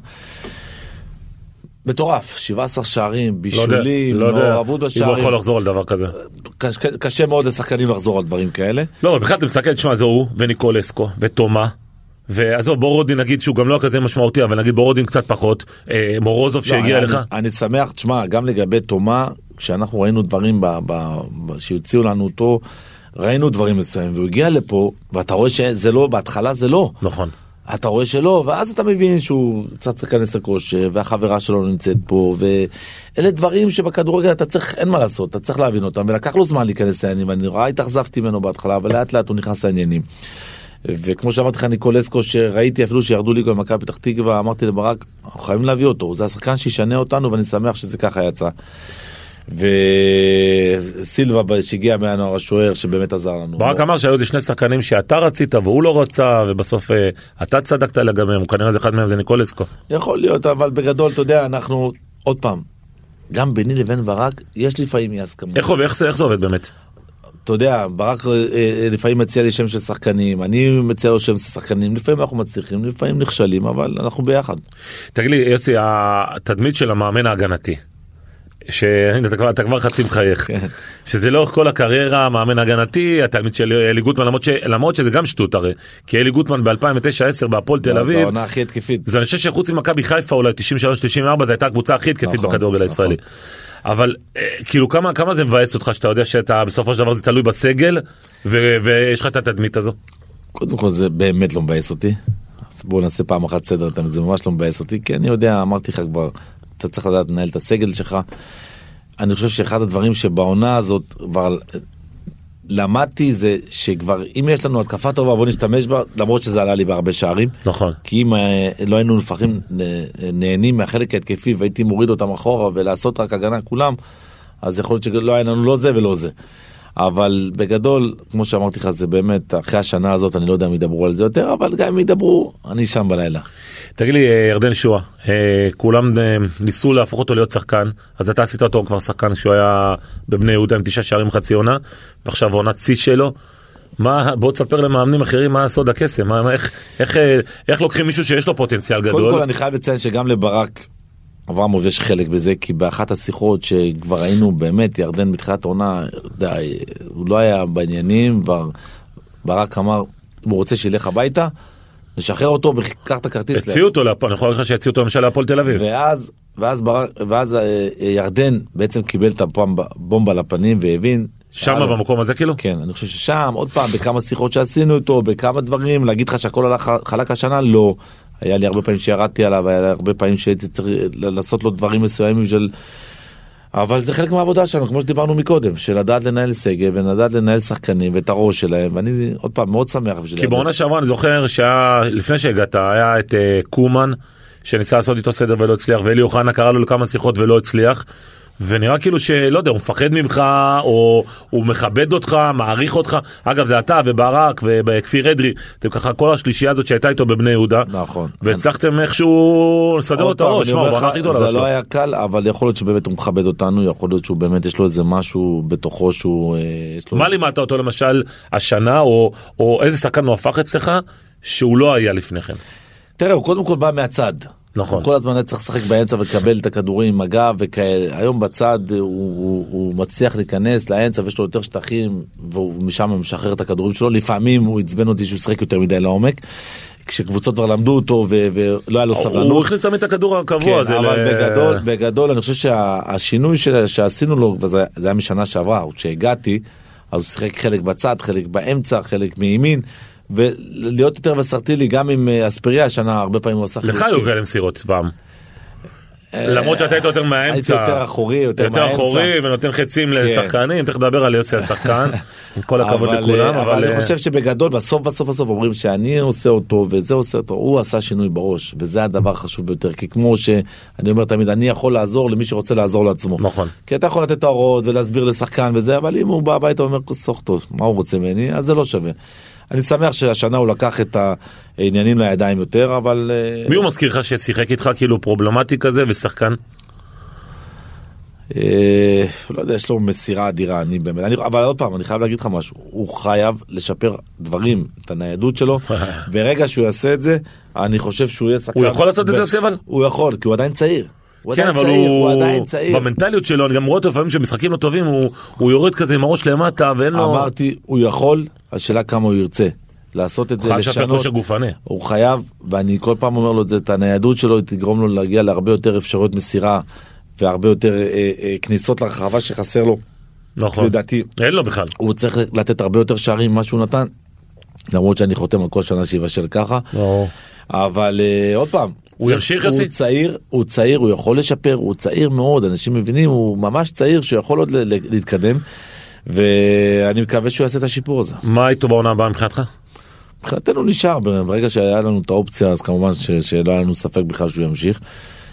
מטורף, 17 שערים, בישולים, מעורבות בשערים. הוא לא יכול לחזור על דבר כזה. קשה מאוד לשחקנים לחזור על דברים כאלה. לא, בכלל אתה מסתכל, תשמע, זה הוא, וניקולסקו, ותומה, ועזוב, בורודין נגיד שהוא גם לא כזה משמעותי, אבל נגיד בורודין קצת פחות, מורוזוב שהגיע אליך. אני שמח, תשמע, גם לגבי תומה, כשאנחנו ראינו דברים שיוציאו לנו אותו, ראינו דברים מסוים, והוא הגיע לפה, ואתה רואה שזה לא, בהתחלה זה לא. נכון. אתה רואה שלא, ואז אתה מבין שהוא קצת להיכנס לכושר, והחברה שלו נמצאת פה, ואלה דברים שבכדורגל אתה צריך, אין מה לעשות, אתה צריך להבין אותם, ולקח לו זמן להיכנס לעניינים, ואני רואה התאכזבתי ממנו בהתחלה, אבל לאט לאט הוא נכנס לעניינים. וכמו שאמרתי לך, ניקולסקו, שראיתי אפילו שירדו לי במכבי פתח תקווה, אמרתי לברק, אנחנו חייבים להביא אותו, זה השחקן שישנה אותנו, ואני שמח שזה ככה יצא. וסילבה שהגיע מהנוער השוער שבאמת עזר לנו. ברק אמר שהיו שני שחקנים שאתה רצית והוא לא רצה, ובסוף אתה צדקת לגביהם, כנראה אחד מהם זה ניקולסקו. יכול להיות, אבל בגדול אתה יודע, אנחנו עוד פעם, גם ביני לבין ברק יש לפעמים אי הסכמות. איך זה עובד באמת? אתה יודע, ברק לפעמים מציע לי שם של שחקנים, אני מציע לו שם של שחקנים, לפעמים אנחנו מצליחים, לפעמים נכשלים, אבל אנחנו ביחד. תגיד לי, יוסי, התדמית של המאמן ההגנתי, שאתה כבר חצי מחייך, שזה לאורך כל הקריירה, מאמן הגנתי, התלמיד של אלי גוטמן, למרות שזה גם שטות הרי, כי אלי גוטמן ב-2009-10 בהפועל תל אביב, זה העונה הכי התקפית. זה אני חושב שחוץ ממכבי חיפה אולי 93-94, זו הייתה הקבוצה הכי התקפית בכדורגל הישראלי. אבל כאילו כמה זה מבאס אותך שאתה יודע שאתה בסופו של דבר זה תלוי בסגל, ויש לך את התדמית הזו? קודם כל זה באמת לא מבאס אותי. בואו נעשה פעם אחת סדר, זה ממש לא מבאס אותי, כי אני יודע, אמרתי לך כבר, אתה צריך לדעת לנהל את הסגל שלך. אני חושב שאחד הדברים שבעונה הזאת כבר למדתי זה שכבר אם יש לנו התקפה טובה בוא נשתמש בה, למרות שזה עלה לי בהרבה שערים. נכון. כי אם לא היינו נהנים מהחלק ההתקפי והייתי מוריד אותם אחורה ולעשות רק הגנה כולם, אז יכול להיות שלא היה לנו לא זה ולא זה. אבל בגדול, כמו שאמרתי לך, זה באמת, אחרי השנה הזאת, אני לא יודע אם ידברו על זה יותר, אבל גם אם ידברו, אני שם בלילה. תגיד לי, ירדן שואה, כולם ניסו להפוך אותו להיות שחקן, אז אתה עשית אותו כבר שחקן שהוא היה בבני יהודה עם 9 שערים חצי עונה, ועכשיו עונת צי שלו. בוא תספר למאמנים אחרים מה סוד הקסם, איך לוקחים מישהו שיש לו פוטנציאל גדול? קודם כל אני חייב לציין שגם לברק אברמוב יש חלק בזה, כי באחת השיחות שכבר היינו באמת, ירדן בתחילת עונה, הוא לא היה בעניינים, ברק אמר, הוא רוצה שילך הביתה, נשחרר אותו, קח את הכרטיס. הציעו אותו להפועל, אני יכול להגיד לך שהציעו אותו למשל להפועל תל אביב. ואז ירדן בעצם קיבל את הבומבה לפנים והבין. שמה במקום הזה כאילו? כן, אני חושב ששם, עוד פעם, בכמה שיחות שעשינו איתו, בכמה דברים, להגיד לך שהכל הלך חלק השנה, לא. היה לי הרבה פעמים שירדתי עליו, היה לי הרבה פעמים שהייתי צריך לעשות לו דברים מסוימים של... אבל זה חלק מהעבודה שלנו, כמו שדיברנו מקודם, של לדעת לנהל סגל ולדעת לנהל שחקנים ואת הראש שלהם, ואני עוד פעם מאוד שמח. כי בעונה שעברה אני זוכר לפני שהגעת היה את קומן, שניסה לעשות איתו סדר ולא הצליח, ואלי אוחנה קרא לו לכמה שיחות ולא הצליח, ונראה כאילו שלא יודע, הוא מפחד ממך, או הוא מכבד אותך, מעריך אותך. אגב, זה אתה וברק וכפיר אדרי, אתם ככה כל השלישייה הזאת שהייתה איתו בבני יהודה. נכון. והצלחתם איכשהו לסדר אותו ראש. זה לא היה קל, אבל יכול להיות שבאמת הוא מכבד אותנו, יכול להיות שהוא באמת יש לו איזה משהו בתוכו שהוא... מה לימדת אותו למשל השנה, או איזה שחקן הוא הפך אצלך, שהוא לא היה לפני כן? תראה, הוא קודם כל בא מהצד. נכון. כל הזמן צריך לשחק באמצע ולקבל את הכדורים עם הגב וכאלה. היום בצד הוא מצליח להיכנס לאמצע ויש לו יותר שטחים והוא משם משחרר את הכדורים שלו. לפעמים הוא הצבן אותי שהוא שחק יותר מדי לעומק. כשקבוצות כבר למדו אותו ולא היה לו סבלנות. הוא הכניס את הכדור הקבוע. כן, אבל בגדול אני חושב שהשינוי שעשינו לו, וזה היה משנה שעברה, כשהגעתי, אז הוא שחק חלק בצד, חלק באמצע, חלק מימין. ולהיות יותר וסרטילי גם עם אספריה השנה הרבה פעמים הוא עשה לך היו כאלה מסירות פעם למרות שאתה היית יותר מהאמצע, הייתי יותר אחורי, יותר אחורי ונותן חצים לשחקנים. תכף נדבר על יוסי השחקן עם כל הכבוד לכולם, אבל אני חושב שבגדול בסוף אומרים שאני עושה אותו וזה עושה אותו, הוא עשה שינוי בראש וזה הדבר החשוב ביותר, כי כמו שאני אומר תמיד, אני יכול לעזור למי שרוצה לעזור לעצמו, נכון, כי אתה יכול לתת את ההוראות ולהסביר לשחקן וזה, אבל אם הוא בא הביתה ואומר סוך טוב מה הוא רוצה ממני, אז זה לא שווה. אני שמח שהשנה הוא לקח את העניינים לידיים יותר, אבל... מי הוא מזכיר לך ששיחק איתך כאילו פרובלמטי כזה ושחקן? לא יודע, יש לו מסירה אדירה, אבל עוד פעם, אני חייב להגיד לך משהו, הוא חייב לשפר דברים, את הניידות שלו, ברגע שהוא יעשה את זה, אני חושב שהוא יהיה שחקן... הוא יכול לעשות את זה יוסבל? הוא יכול, כי הוא עדיין צעיר. כן, אבל הוא עדיין צעיר. במנטליות שלו, אני גם רואה אותו לפעמים שמשחקים לא טובים, הוא יורד כזה עם הראש למטה, ואין לו... אמרתי, הוא יכול, השאלה כמה הוא ירצה. לעשות את זה, לשנות. הוא חייב, ואני כל פעם אומר לו את זה, את הניידות שלו, תגרום לו להגיע להרבה יותר אפשרויות מסירה, והרבה יותר כניסות לרחבה שחסר לו. נכון. לדעתי. אין לו בכלל. הוא צריך לתת הרבה יותר שערים ממה שהוא נתן, למרות שאני חותם על כל שנה שיבשל ככה. אבל עוד פעם, הוא ימשיך יוסי? הוא צעיר, הוא יכול לשפר, הוא צעיר מאוד, אנשים מבינים, הוא ממש צעיר שיכול עוד להתקדם, ואני מקווה שהוא יעשה את השיפור הזה. מה איתו בעונה הבאה מבחינתך? מבחינתנו נשאר, ברגע שהיה לנו את האופציה, אז כמובן שלא היה לנו ספק בכלל שהוא ימשיך.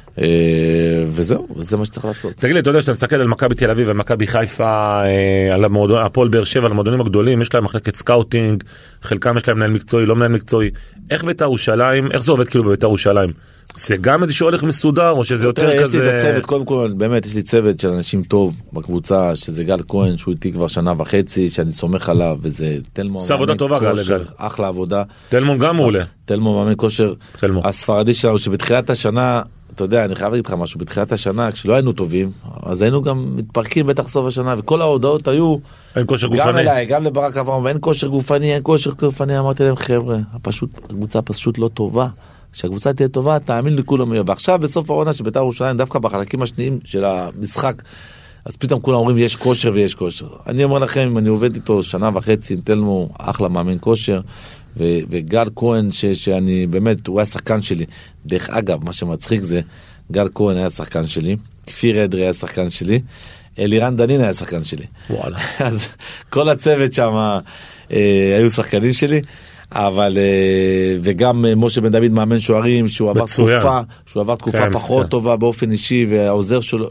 וזהו, וזה מה שצריך לעשות. תגיד לי, אתה יודע שאתה מסתכל על מכבי תל אביב, על מכבי חיפה, על הפועל באר שבע, על המועדונים הגדולים, יש להם מחלקת סקאוטינג, חלקם יש להם מנהל מקצועי, לא מנהל מקצועי. איך בית"ר ירושלים, איך זה עובד כאילו בבית"ר ירושלים? זה גם איזשהו הולך מסודר, או שזה יותר כזה... יש לי את הצוות, קודם כל, באמת, יש לי צוות של אנשים טוב בקבוצה, שזה גל כהן, שהוא איתי כבר שנה וחצי, שאני סומך עליו, וזה תלמון. עושה עבודה טובה, גל. אחלה עבודה. תלמון גם מעולה. תלמון מאמן כושר. הספרדי שלנו, שבתחילת השנה, אתה יודע, אני חייב להגיד לך משהו, בתחילת השנה, כשלא היינו טובים, אז היינו גם מתפרקים בטח סוף השנה, וכל ההודעות היו... אין כושר גופני. גם אליי, גם לברק אברהם, ואין כושר גופני, אין כושר גופני, אמרתי להם, חבר'ה, הקבוצה פשוט לא טובה. כשהקבוצה תהיה טובה, תאמין לי כולם יהיה. ועכשיו בסוף העונה של בית"ר ירושלים, דווקא בחלקים השניים של המשחק, אז פתאום כולם אומרים, יש כושר ויש כושר. אני אומר לכם, אני עובד איתו שנה וחצי, נתלמו אחלה מאמן כושר, וגל כהן, שאני באמת, הוא היה שחקן שלי. דרך אגב, מה שמצחיק זה, גל כהן היה שחקן שלי, כפיר אדרי היה שחקן שלי, אלירן דנין היה שחקן שלי. וואלה. אז כל הצוות שם היו שחקנים שלי, אבל וגם משה בן דוד מאמן שוערים, שהוא עבר תקופה פחות טובה באופן אישי, והעוזר שלו,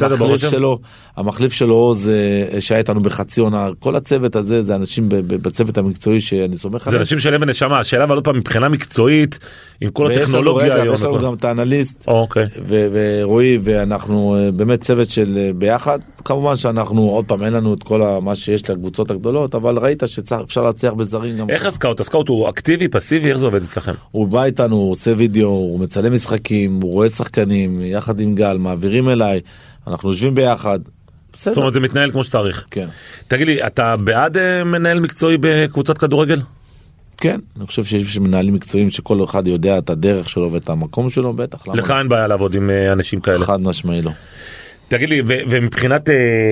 המחליף שלו עוז שהיה איתנו בחצי עונה, כל הצוות הזה זה אנשים בצוות המקצועי שאני סומך עליהם. זה אנשים של אבן נשמה, השאלה אבל עוד פעם מבחינה מקצועית, עם כל הטכנולוגיה היום. יש לנו גם את האנליסט ורועי, ואנחנו באמת צוות של ביחד, כמובן שאנחנו עוד פעם אין לנו את כל מה שיש לקבוצות הגדולות, אבל ראית שאפשר להצליח בזרים גם. איך הסקאוט? הסקאוט הוא אקטיבי, פסיבי, איך זה עובד אצלכם? הוא בא איתנו, הוא עושה וידאו, הוא מצלם משחקים, הוא רואה שחקנים, יחד עם גל, מעבירים אליי, אנחנו יושבים ביחד. בסדר. זאת אומרת, זה מתנהל כמו שצריך. כן. תגיד לי, אתה בעד מנהל מקצועי בקבוצת כדורגל? כן, אני חושב שיש מנהלים מקצועיים שכל אחד יודע את הדרך שלו ואת המקום שלו, בטח. לך אין בעיה לעבוד עם אנשים כאלה? חד משמעי לא. תגיד לי, ומבחינת,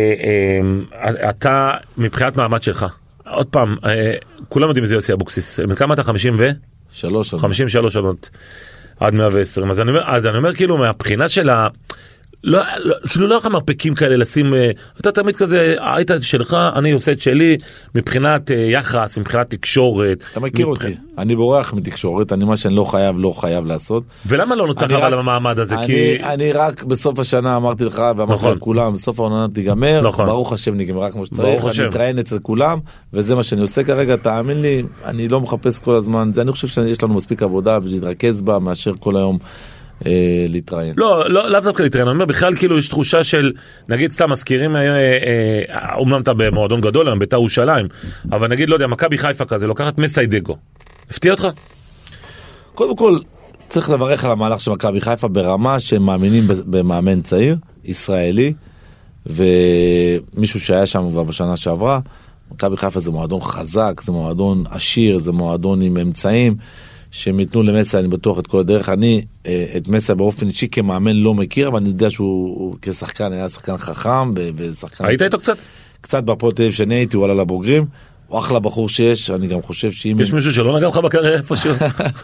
אתה, מבחינת מעמד שלך, עוד פעם, כולם יודעים איזה יוסי אבוקסיס, מכמה אתה 53 עונות, עד 120, אז אני אומר כאילו מהבחינה של כאילו לא כמה מרפקים כאלה לשים, אתה תמיד כזה, היית שלך, אני עושה את שלי, מבחינת יחס, מבחינת תקשורת. אתה מכיר אותי, אני בורח מתקשורת, אני מה שאני לא חייב לעשות. ולמה לא נוצח אבל במעמד הזה? אני רק בסוף השנה אמרתי לך, ואמרתי לכולם, בסוף העונה תיגמר, ברוך השם נגמרה כמו שצריך, אני אתראיין אצל כולם, וזה מה שאני עושה כרגע, תאמין לי, אני לא מחפש כל הזמן, אני חושב שיש לנו מספיק עבודה, ולהתרכז בה, מאשר כל היום להתראיין. לא דווקא להתראיין, אני אומר בכלל כאילו יש תחושה של, נגיד סתם מזכירים, אומנם אתה במועדון גדול, בית"ר ירושלים, אבל נגיד לא יודע, מכבי חיפה כזה, לוקחת מסיידגו. הפתיע אותך? קודם כל, צריך לברך על המהלך של מכבי חיפה ברמה שהם מאמינים במאמן צעיר, ישראלי, ומישהו שהיה שם כבר בשנה שעברה. מכבי חיפה זה מועדון חזק, זה מועדון עשיר, זה מועדון עם אמצעים, שהם ייתנו למסע, אני בטוח את כל הדרך. אני את מסע באופן אישי כמאמן לא מכיר, אבל אני יודע שהוא כשחקן היה שחקן חכם. היית איתו קצת? קצת בפועל תל אביב שאני הייתי, הוא עלה לבוגרים. הוא אחלה בחור שיש, אני גם חושב שאם... יש מישהו שלא נגע לך בקריירה איפשהו?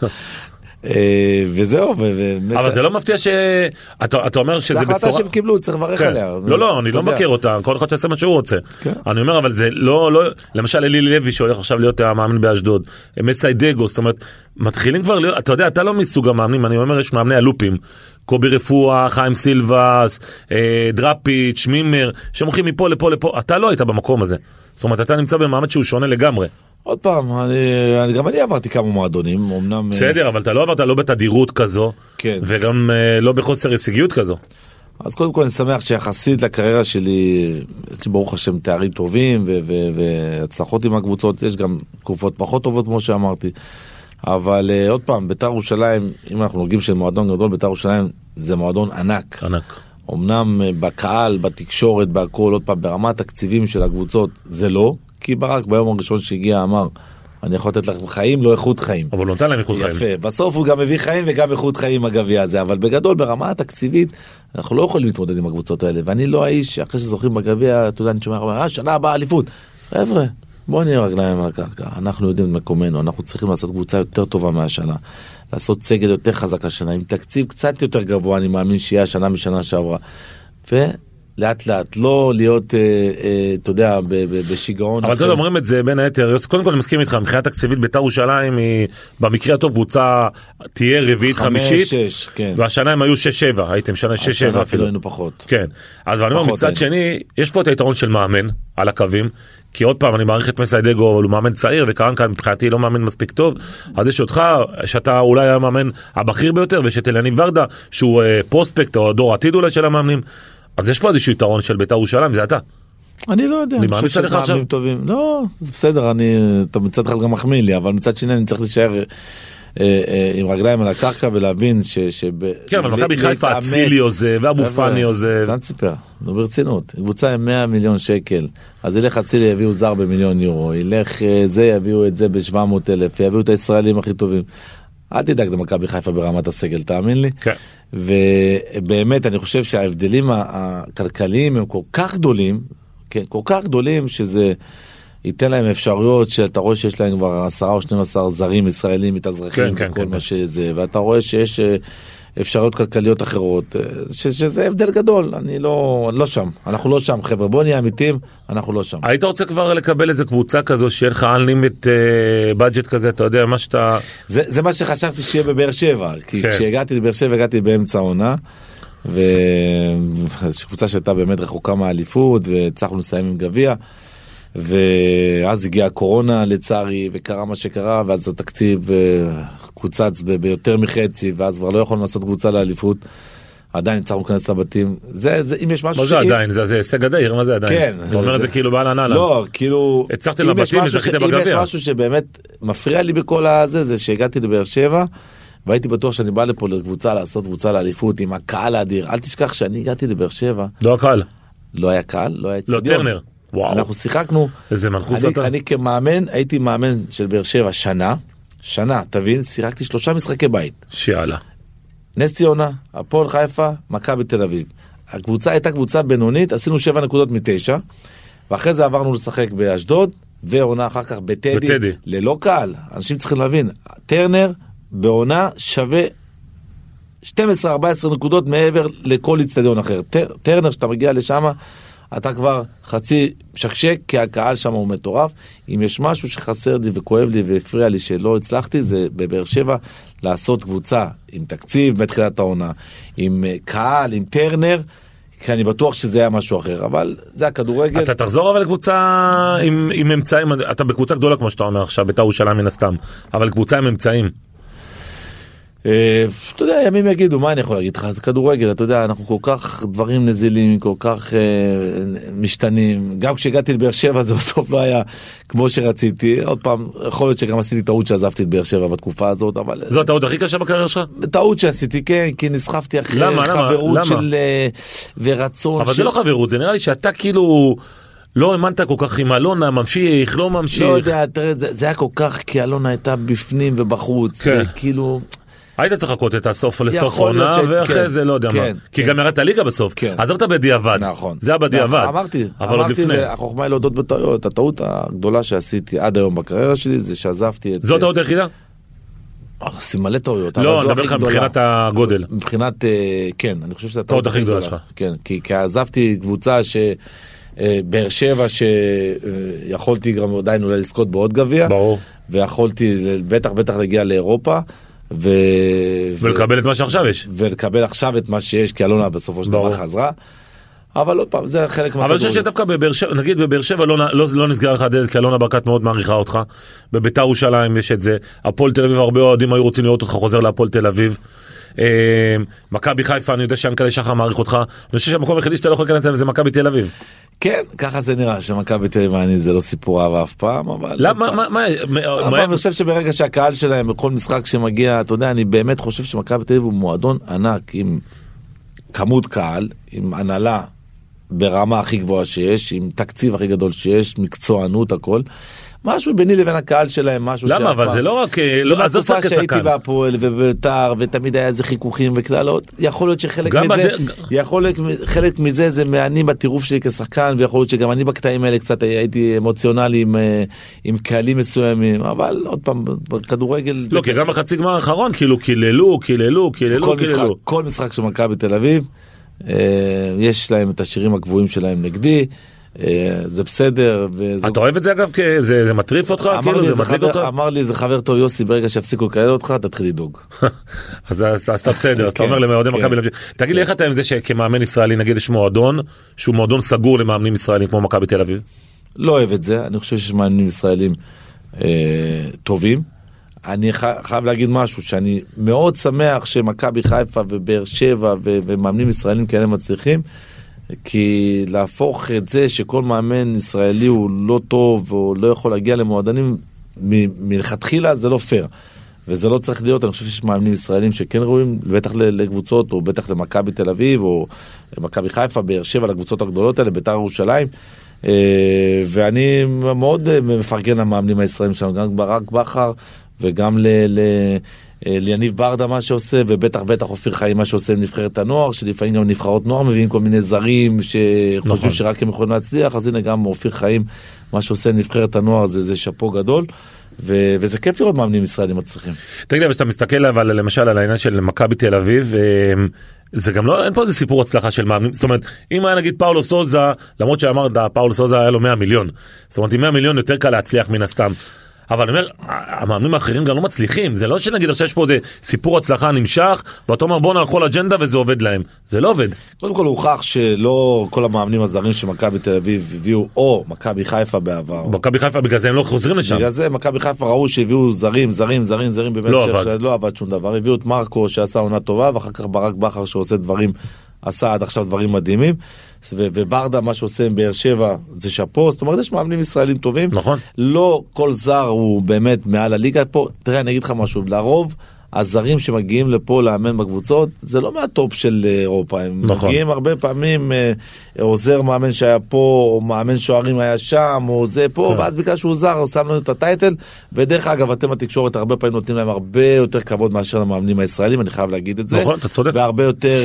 וזהו. אבל זה לא מפתיע שאתה אומר שזה בצורה... זה החלטה שהם קיבלו, צריך לברך עליה. לא, אני לא מכיר אותה, כל אחד שעשה מה שהוא רוצה. אני אומר, אבל זה לא... למשל אלי לוי שהולך עכשיו להיות המאמן באשדוד, מסיידגו, זאת אומרת, מתחילים כבר להיות... אתה יודע, אתה לא מסוג המאמנים, אני אומר, יש מאמני הלופים, קובי רפואה, חיים סילבס, דראפיץ', מימר, שמוכרים מפה לפה לפה, אתה לא היית במקום הזה. זאת אומרת, אתה נמצא במעמד שהוא שונה לגמרי. עוד פעם, גם אני עברתי כמה מועדונים, אמנם... בסדר, אבל אתה לא עברת לא בתדירות כזו, כן. וגם לא בחוסר הישגיות כזו. אז קודם כל אני שמח שיחסית לקריירה שלי, יש לי ברוך השם תארים טובים, והצלחות עם הקבוצות, יש גם תקופות פחות טובות כמו שאמרתי, אבל עוד פעם, בית"ר ירושלים, אם אנחנו נוגעים של מועדון גדול, בית"ר ירושלים זה מועדון ענק. ענק. אמנם בקהל, בתקשורת, בהכל, עוד פעם, ברמת תקציבים של הקבוצות, זה לא, כי ברק ביום הראשון שהגיע אמר, אני יכול לתת לכם חיים, לא איכות חיים. אבל לא נתן להם איכות חיים. יפה, בסוף הוא גם מביא חיים וגם איכות חיים הגביע הזה, אבל בגדול, ברמה התקציבית, אנחנו לא יכולים להתמודד עם הקבוצות האלה, ואני לא האיש, אחרי שזוכים בגביע, אתה יודע, אני שומע, שנה הבאה אליפות. חבר'ה, בואו נהיה רגליים מהקרקע, אנחנו יודעים את מקומנו, אנחנו צריכים לעשות קבוצה יותר טובה מהשנה. לעשות סגל יותר חזק השנה, עם תקציב קצת יותר גבוה, אני מאמין שיהיה השנה משנה שעברה. ולאט לאט, לא להיות, אתה יודע, בשיגעון. אבל אתה יודע, אומרים את זה בין היתר, קודם כל אני מסכים איתך, מבחינה תקציבית בית"ר ירושלים היא, במקרה הטוב קבוצה תהיה רביעית חמישית, 5-6, כן. והשנה הם היו 6-7, הייתם שנה 6-7 השנה אפילו היינו פחות. כן, אז אני אומר, מצד שני, יש פה את היתרון של מאמן על הקווים, כי עוד פעם אני מעריך את מסיידגו, אבל הוא מאמן צעיר, וקרנקה מבחינתי לא מאמן מספיק טוב, אז יש אותך, שאתה אולי המאמן הבכיר ביותר, ויש את אליניב ורדה, שהוא פרוספקט או דור עתיד אולי של המאמנים, אז יש פה איזשהו יתרון של בית"ר ירושלים, זה אתה. אני לא יודע, אני מאמין לך עכשיו. לא, זה בסדר, אתה מצד אחד גם מחמיא לי, אבל מצד שני אני צריך להישאר עם רגליים על הקרקע ולהבין כן, אבל מכבי חיפה אצילי עוזב, ואבו פאני עוזב. זה ציפר, לא ברצינות. קבוצה עם 100 מיליון שקל, אז ילך אצילי יביאו זר במיליון יורו, ילך זה יביאו את זה ב700,000, יביאו את הישראלים הכי טובים. אל תדאג למכבי חיפה ברמת הסגל, תאמין לי. כן. ובאמת אני חושב שההבדלים הכלכליים הם כל כך גדולים, כן, כל כך גדולים שזה ייתן להם אפשרויות שאתה רואה שיש להם כבר 10 או 12 זרים ישראלים מתאזרחים וכל מה שזה, ואתה רואה שיש אפשרויות כלכליות אחרות, שזה הבדל גדול. אני לא שם, אנחנו לא שם חבר'ה, בוא נהיה אמיתיים, אנחנו לא שם. היית רוצה כבר לקבל איזה קבוצה כזו שיהיה לך unlimited budget כזה, אתה יודע מה שאתה... זה מה שחשבתי שיהיה בבאר שבע, כי כשהגעתי לבאר שבע הגעתי באמצע העונה, וקבוצה שהייתה באמת רחוקה מהאליפות והצלחנו לסיים עם גביע, ואז הגיעה הקורונה לצערי וקרה מה שקרה, ואז התקציב קוצץ ביותר מחצי, ואז כבר לא יכולנו לעשות קבוצה לאליפות. עדיין צריכים להיכנס לבתים. אם יש משהו... מה זה עדיין? זה הישג אדיר, מה זה עדיין? כן. אתה אומר את זה כאילו בעל הנעלה. לא, כאילו... הצלחתם לבתים וזכית בגביע. אם יש משהו שבאמת מפריע לי בכל הזה, זה שהגעתי לבאר שבע, והייתי בטוח שאני בא לפה לקבוצה לעשות קבוצה לאליפות עם הקהל האדיר. אל תשכח שאני הגעתי לבאר שבע. לא הקהל. לא היה קהל, לא היה לא טרנר. וואו. אנחנו שיחקנו. איזה מנחוס אתה. אני כמאמן, הייתי מאמן של באר שבע שנה, תבין, שיחקתי 3 משחקי בית. שיאללה. נס ציונה, הפועל חיפה, מכבי תל אביב. הקבוצה הייתה קבוצה בינונית, עשינו 7 נקודות מ9, ואחרי זה עברנו לשחק באשדוד, ועונה אחר כך בטדי. ללא קהל. אנשים צריכים להבין, טרנר בעונה שווה 12-14 נקודות מעבר לכל אצטדיון אחר. טרנר, שאתה מגיע לשם, אתה כבר חצי שקשק, כי הקהל שם הוא מטורף. אם יש משהו שחסר לי וכואב לי והפריע לי שלא הצלחתי, זה בבאר שבע לעשות קבוצה עם תקציב מתחילת העונה, עם קהל, עם טרנר, כי אני בטוח שזה היה משהו אחר, אבל זה הכדורגל. אתה תחזור אבל לקבוצה עם אמצעים, אתה בקבוצה גדולה כמו שאתה אומר עכשיו, בית"ר ירושלים מן הסתם, אבל קבוצה עם אמצעים. אתה יודע, ימים יגידו, מה אני יכול להגיד לך? זה כדורגל, אתה יודע, אנחנו כל כך דברים נזילים, כל כך משתנים. גם כשהגעתי לבאר שבע זה בסוף לא היה כמו שרציתי. עוד פעם, יכול להיות שגם עשיתי טעות שעזבתי את באר שבע בתקופה הזאת, אבל... זו הטעות הכי קשה בקריירה שלך? טעות שעשיתי, כן, כי נסחפתי אחרי חברות של... ורצון. אבל זה לא חברות, זה נראה לי שאתה כאילו... לא האמנת כל כך עם אלונה, ממשיך, לא ממשיך. לא יודע, תראה, זה היה כל כך, כי אלונה הייתה בפנים ובחוץ, וכאילו... היית צריך לחכות את הסוף לסוף עונה, ואחרי זה לא יודע מה. כי גם ירדת ליגה בסוף. עזבת בדיעבד. נכון. זה היה בדיעבד. אמרתי, החוכמה היא להודות בטעויות. הטעות הגדולה שעשיתי עד היום בקריירה שלי, זה שעזבתי את... זו הטעות היחידה? עושים מלא טעויות. לא, אני מדבר לך מבחינת הגודל. מבחינת, כן, אני חושב שזה הטעות הכי גדולה שלך. כן, כי עזבתי קבוצה באר שבע שיכולתי גם עדיין אולי לזכות בעוד גביע. ברור. ויכולתי בטח להגיע לאירופה. ולקבל את מה שעכשיו יש. ולקבל עכשיו את מה שיש, כי אלונה בסופו של דבר חזרה. אבל עוד פעם, זה חלק אבל אני חושב שדווקא בבאר שבע, נגיד בבאר שבע לא נסגר לך דלת, כי אלונה ברקת מאוד מעריכה אותך. בבית"ר ירושלים יש את זה. הפועל תל אביב, הרבה אוהדים היו רוצים לראות אותך חוזר להפועל תל אביב. מכבי חיפה, אני יודע שאנקלה שחר מעריך אותך. אני חושב שהמקום היחידי שאתה לא יכול להיכנס לזה, זה מכבי תל אביב. כן, ככה זה נראה, שמכבי תל אביב זה לא סיפור אהבה אף פעם, אבל... למה? אני חושב שברגע שהקהל שלהם בכל משחק שמגיע, אתה יודע, אני באמת חושב שמכבי תל אביב הוא מועדון ענק, עם כמות קהל, עם הנהלה ברמה הכי גבוהה שיש, עם תקציב הכי גדול שיש, מקצוענות, הכל. משהו ביני לבין הקהל שלהם, משהו למה? אבל זה לא רק... זה מהתקופה שהייתי בהפועל ובבית"ר, ותמיד היה איזה חיכוכים וכללות. יכול להיות שחלק מזה זה מעניין בטירוף שלי כשחקן, ויכול להיות שגם אני בקטעים האלה קצת הייתי אמוציונלי עם קהלים מסוימים, אבל עוד פעם, בכדורגל... לא, כי גם בחצי גמר האחרון, כאילו קיללו. כל משחק של מכבי בתל אביב, יש להם את השירים הקבועים שלהם נגדי, זה בסדר. אתה אוהב את זה אגב? זה מטריף אותך? אמר לי, זה חבר טוב יוסי, ברגע שיפסיקו לקלל אותך, תתחיל לדאוג. אז אתה בסדר, אז אתה אומר למאוהדי מכבי. תגיד לי, איך אתה עם זה שכמאמן ישראלי, נגיד יש מועדון, שהוא מועדון סגור למאמנים ישראלים כמו מכבי תל אביב? לא אוהב את זה, אני חושב שיש מאמנים ישראלים טובים. אני חייב להגיד משהו, שאני מאוד שמח שמכבי חיפה ובאר שבע ומאמנים ישראלים כאלה מצליחים, כי להפוך את זה שכל מאמן ישראלי הוא לא טוב או לא יכול להגיע למועדונים מלכתחילה, זה לא פייר, וזה לא צריך להיות. אני חושב שיש מאמנים ישראלים שכן ראויים, בטח לקבוצות, או בטח למכבי תל אביב או למכבי חיפה, באר שבע, לקבוצות הגדולות האלה, בית"ר ירושלים, ואני מאוד מפרגן למאמנים הישראלים שלנו, גם ברק בכר וגם ליניב ברדה מה שעושה, ובטח אופיר חיים מה שעושה עם נבחרת הנוער, שלפעמים גם נבחרות נוער מביאים כל מיני זרים שחושבים שרק הם יכולים להצליח, אז הנה גם אופיר חיים מה שעושה עם נבחרת הנוער, זה שפו גדול, וזה כיף לראות מאמנים ישראלים מצליחים. תגיד לי, אבל שאתה מסתכל אבל למשל על העניין של מכבי תל אביב, זה גם לא, אין פה איזה סיפור הצלחה של מאמנים, זאת אומרת, אם היה נגיד פאולו סוזה, למרות שאמרת, פאולו סוזה היה לו 100 מיליון, זאת אומרת, עם 100 מיליון יותר קל להצליח מן הסתם. אבל אני אומר, המאמנים האחרים גם לא מצליחים, זה לא שנגיד עכשיו יש פה איזה סיפור הצלחה נמשך, ואתה אומר בוא נלכו לאג'נדה וזה עובד להם, זה לא עובד. קודם כל הוכח שלא כל המאמנים הזרים שמכבי תל אביב הביאו, או מכבי חיפה בעבר. מכבי חיפה בגלל זה הם לא חוזרים לשם. בגלל זה מכבי חיפה ראו שהביאו זרים, לא עבד שום דבר, הביאו את מרקו שעשה עונה טובה, ואחר כך ברק בכר שעושה דברים, עשה עד עכשיו דברים מדהימים, וברדה מה שעושה עם באר שבע זה שפו, זאת אומרת יש מאמנים ישראלים טובים, נכון. לא כל זר הוא באמת מעל הליגה פה. תראה, אני אגיד לך משהו, לרוב הזרים שמגיעים לפה לאמן בקבוצות, זה לא מהטופ של אירופה, הם נכון. מגיעים הרבה פעמים, עוזר מאמן שהיה פה, או מאמן שוערים היה שם, או זה פה, ואז בגלל שהוא זר, הוא שם לנו את הטייטל, ודרך אגב, אתם התקשורת הרבה פעמים נותנים להם הרבה יותר כבוד מאשר למאמנים הישראלים, אני חייב להגיד את זה. נכון, אתה צודק. והרבה יותר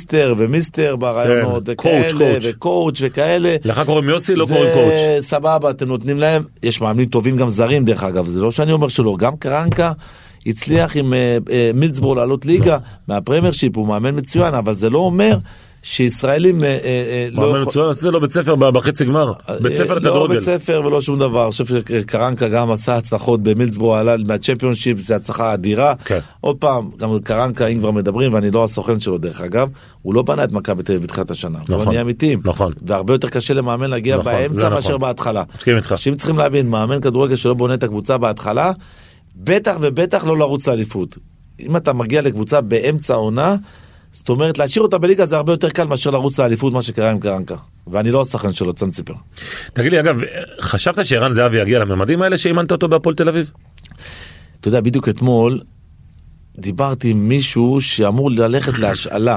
מיסטר ברעיונות, וכאלה, וקואוץ' וכאלה. לך קוראים יוסי, לא קוראים קואוץ'. סבבה, אתם נותנים להם, יש מאמנים טובים גם זרים, דרך אגב, זה לא שאני אומר שלא, גם קרנקה הצליח עם מילסבורג לעלות ליגה מהפרמיירשיפ, הוא מאמן מצוין, אבל זה לא אומר שישראלים מאמן מצוין, זה לא בית ספר בחצי גמר, בית ספר לכדורגל. לא בית ספר ולא שום דבר. אני חושב שקרנקה גם עשה הצלחות במילסבורג, עלה מהצ'מפיונשיפ, זה הצלחה אדירה. עוד פעם, גם קרנקה, אם כבר מדברים, ואני לא הסוכן שלו דרך אגב, הוא לא בנה את מכבי תל אביב בתחילת השנה, הוא נהיה אמיתיים, והרבה יותר קשה למאמן להגיע באמצע מאשר בהתחלה. אנשים צריכים להבין, מאמן כדורגל שלא בונה את הקבוצה בהתחלה, בטח ובטח לא לרוץ לאליפות. אם אתה מגיע לקבוצה באמצע העונה, זאת אומרת, להשאיר אותה בליגה זה הרבה יותר קל מאשר לרוץ לאליפות, מה שקרה עם קרנקה. ואני לא הסוכן שלו, צנציפר. תגיד לי, אגב, חשבת שערן זהבי יגיע לממדים האלה שאימנת אותו בהפועל תל אביב? אתה יודע, בדיוק אתמול דיברתי עם מישהו שאמור ללכת להשאלה.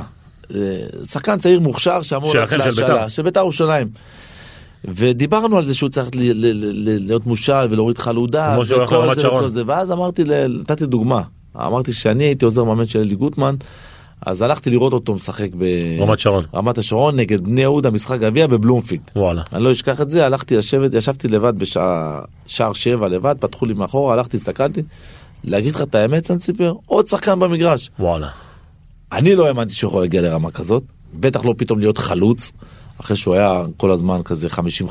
שחקן צעיר מוכשר שאמור ללכת להשאלה, של בית"ר ירושלים. ודיברנו על זה שהוא צריך להיות מושל ולהוריד חלודה וכל זה וכל זה, ואז נתתי דוגמה, אמרתי שאני הייתי עוזר מאמן של אלי גוטמן, אז הלכתי לראות אותו משחק ברמת השרון נגד בני יהודה, משחק גביע בבלומפילד. אני לא אשכח את זה, הלכתי ישבתי לבד בשער 7 לבד, פתחו לי מאחורה, הלכתי, הסתכלתי, להגיד לך את האמת סנציפר, עוד שחקן במגרש. אני לא האמנתי שהוא יכול להגיע לרמה כזאת, בטח לא פתאום להיות חלוץ, אחרי שהוא היה כל הזמן כזה 50-50,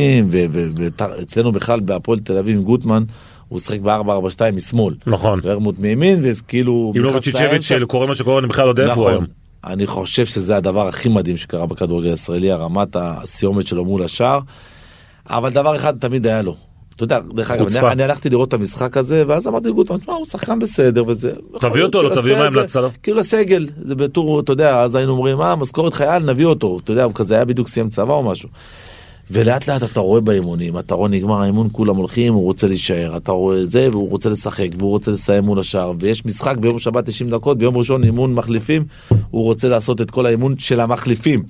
ואצלנו בכלל בהפועל תל אביב עם גוטמן, הוא שחק ב-4-4-2 משמאל. נכון. והרמות מימין, וכאילו... אם לא וצ'יצ'ביץ' שקורא מה שקורה, אני בכלל לא יודע איפה הוא היום. אני חושב שזה הדבר הכי מדהים שקרה בכדורגל הישראלי, הרמת הסיומת שלו מול השער, אבל דבר אחד תמיד היה לו. אתה יודע, דרך אגב, אני הלכתי לראות את המשחק הזה, ואז אמרתי לגוטמן, הוא שחקן בסדר, וזה... תביא אותו, לא תביא מה המלצה לו? כאילו לסגל, זה בטור, אתה יודע, אז היינו אומרים, משכורת חייל, נביא אותו, אתה יודע, כזה היה בדיוק סיים צבא או משהו. ולאט לאט אתה רואה באימונים, אתה רואה נגמר האימון, כולם הולכים, הוא רוצה להישאר, אתה רואה זה, והוא רוצה לשחק, והוא רוצה לסיים מול השאר, ויש משחק ביום שבת 90 דקות, ביום ראשון אימון מחליפים, הוא רוצה לעשות את כל האימון של המחליפים.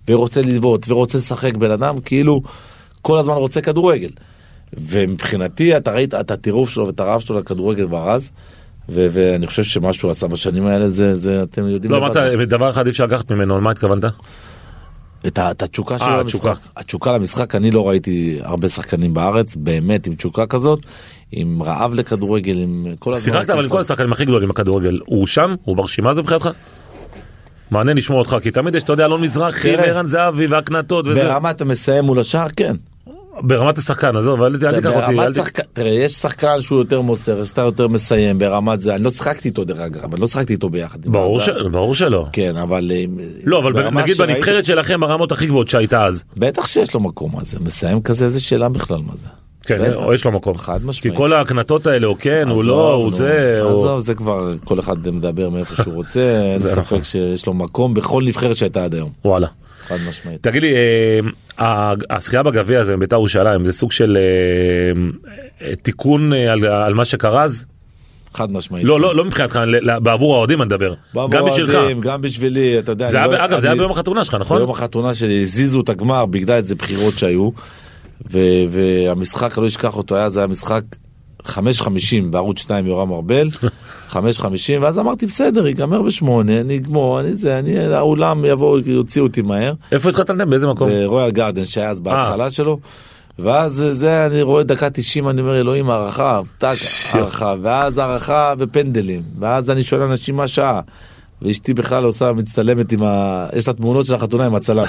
ורוצה לבעוט, ורוצה לשחק בן אדם, כאילו כל הזמן רוצה כדורגל. ומבחינתי, אתה ראית את הטירוף שלו ואת הרעב שלו לכדורגל ברז, ואני חושב שמה שהוא עשה בשנים האלה, זה אתם יודעים... לא, אמרת, דבר אחד אי אפשר לקחת ממנו, על מה התכוונת? את התשוקה שלו למשחק. התשוקה למשחק, אני לא ראיתי הרבה שחקנים בארץ, באמת עם תשוקה כזאת, עם רעב לכדורגל, עם כל הזמן... שיחקת אבל עם כל השחקנים הכי גדולים בכדורגל, הוא שם? הוא ברשימה הזו מבחינתך? מעניין לשמוע אותך, כי תמיד יש, אתה יודע, אלון מזרחי, ערן זהבי והקנטות וזה. ברמת המסיים מול השאר, כן. ברמת השחקן, עזוב, אל תיקח אותי. תראה, יש שחקן שהוא יותר מוסר, שאתה יותר מסיים ברמת זה, אני לא שחקתי איתו דרך אגב, אבל לא שחקתי איתו ביחד. ברור שלא. כן, אבל... לא, אבל נגיד בנבחרת שלכם ברמות הכי גבוהות שהייתה אז. בטח שיש לו מקום, מה זה? מסיים כזה, איזה שאלה בכלל, מה זה? כן, או יש לו מקום. חד משמעית. כי כל ההקנטות האלה, הוא כן, הוא לא, הוא זה... עזוב, זה כבר כל אחד מדבר מאיפה שהוא רוצה, אין ספק שיש לו מקום בכל נבחרת שהייתה עד היום. וואלה. חד משמעית. תגיד לי, השחייה בגביע הזה בבית"ר ירושלים, זה סוג של תיקון על מה שקרה אז? חד משמעית. לא מבחינתך, בעבור האוהדים אני מדבר. גם בשבילך. גם בשבילי, אתה יודע. אגב, זה היה ביום החתונה שלך, נכון? ביום החתונה שלי, הזיזו את הגמר בגלל איזה בחירות שהיו, והמשחק, לא אשכח אותו, זה היה משחק 5:50 בערוץ 2 יורם ארבל, 5:50, ואז אמרתי בסדר, ייגמר ב8, אני אגמור, האולם יבוא, יוציאו אותי מהר. איפה התחתנתם? באיזה מקום? ברויאל גארדן, שהיה אז בהתחלה שלו, ואז זה, אני רואה דקה 90, אני אומר, אלוהים, הערכה, הערכה, ואז הערכה בפנדלים, ואז אני שואל אנשים מה שעה, ואשתי בכלל עושה, מצטלמת עם יש לה תמונות של החתונה עם הצלם.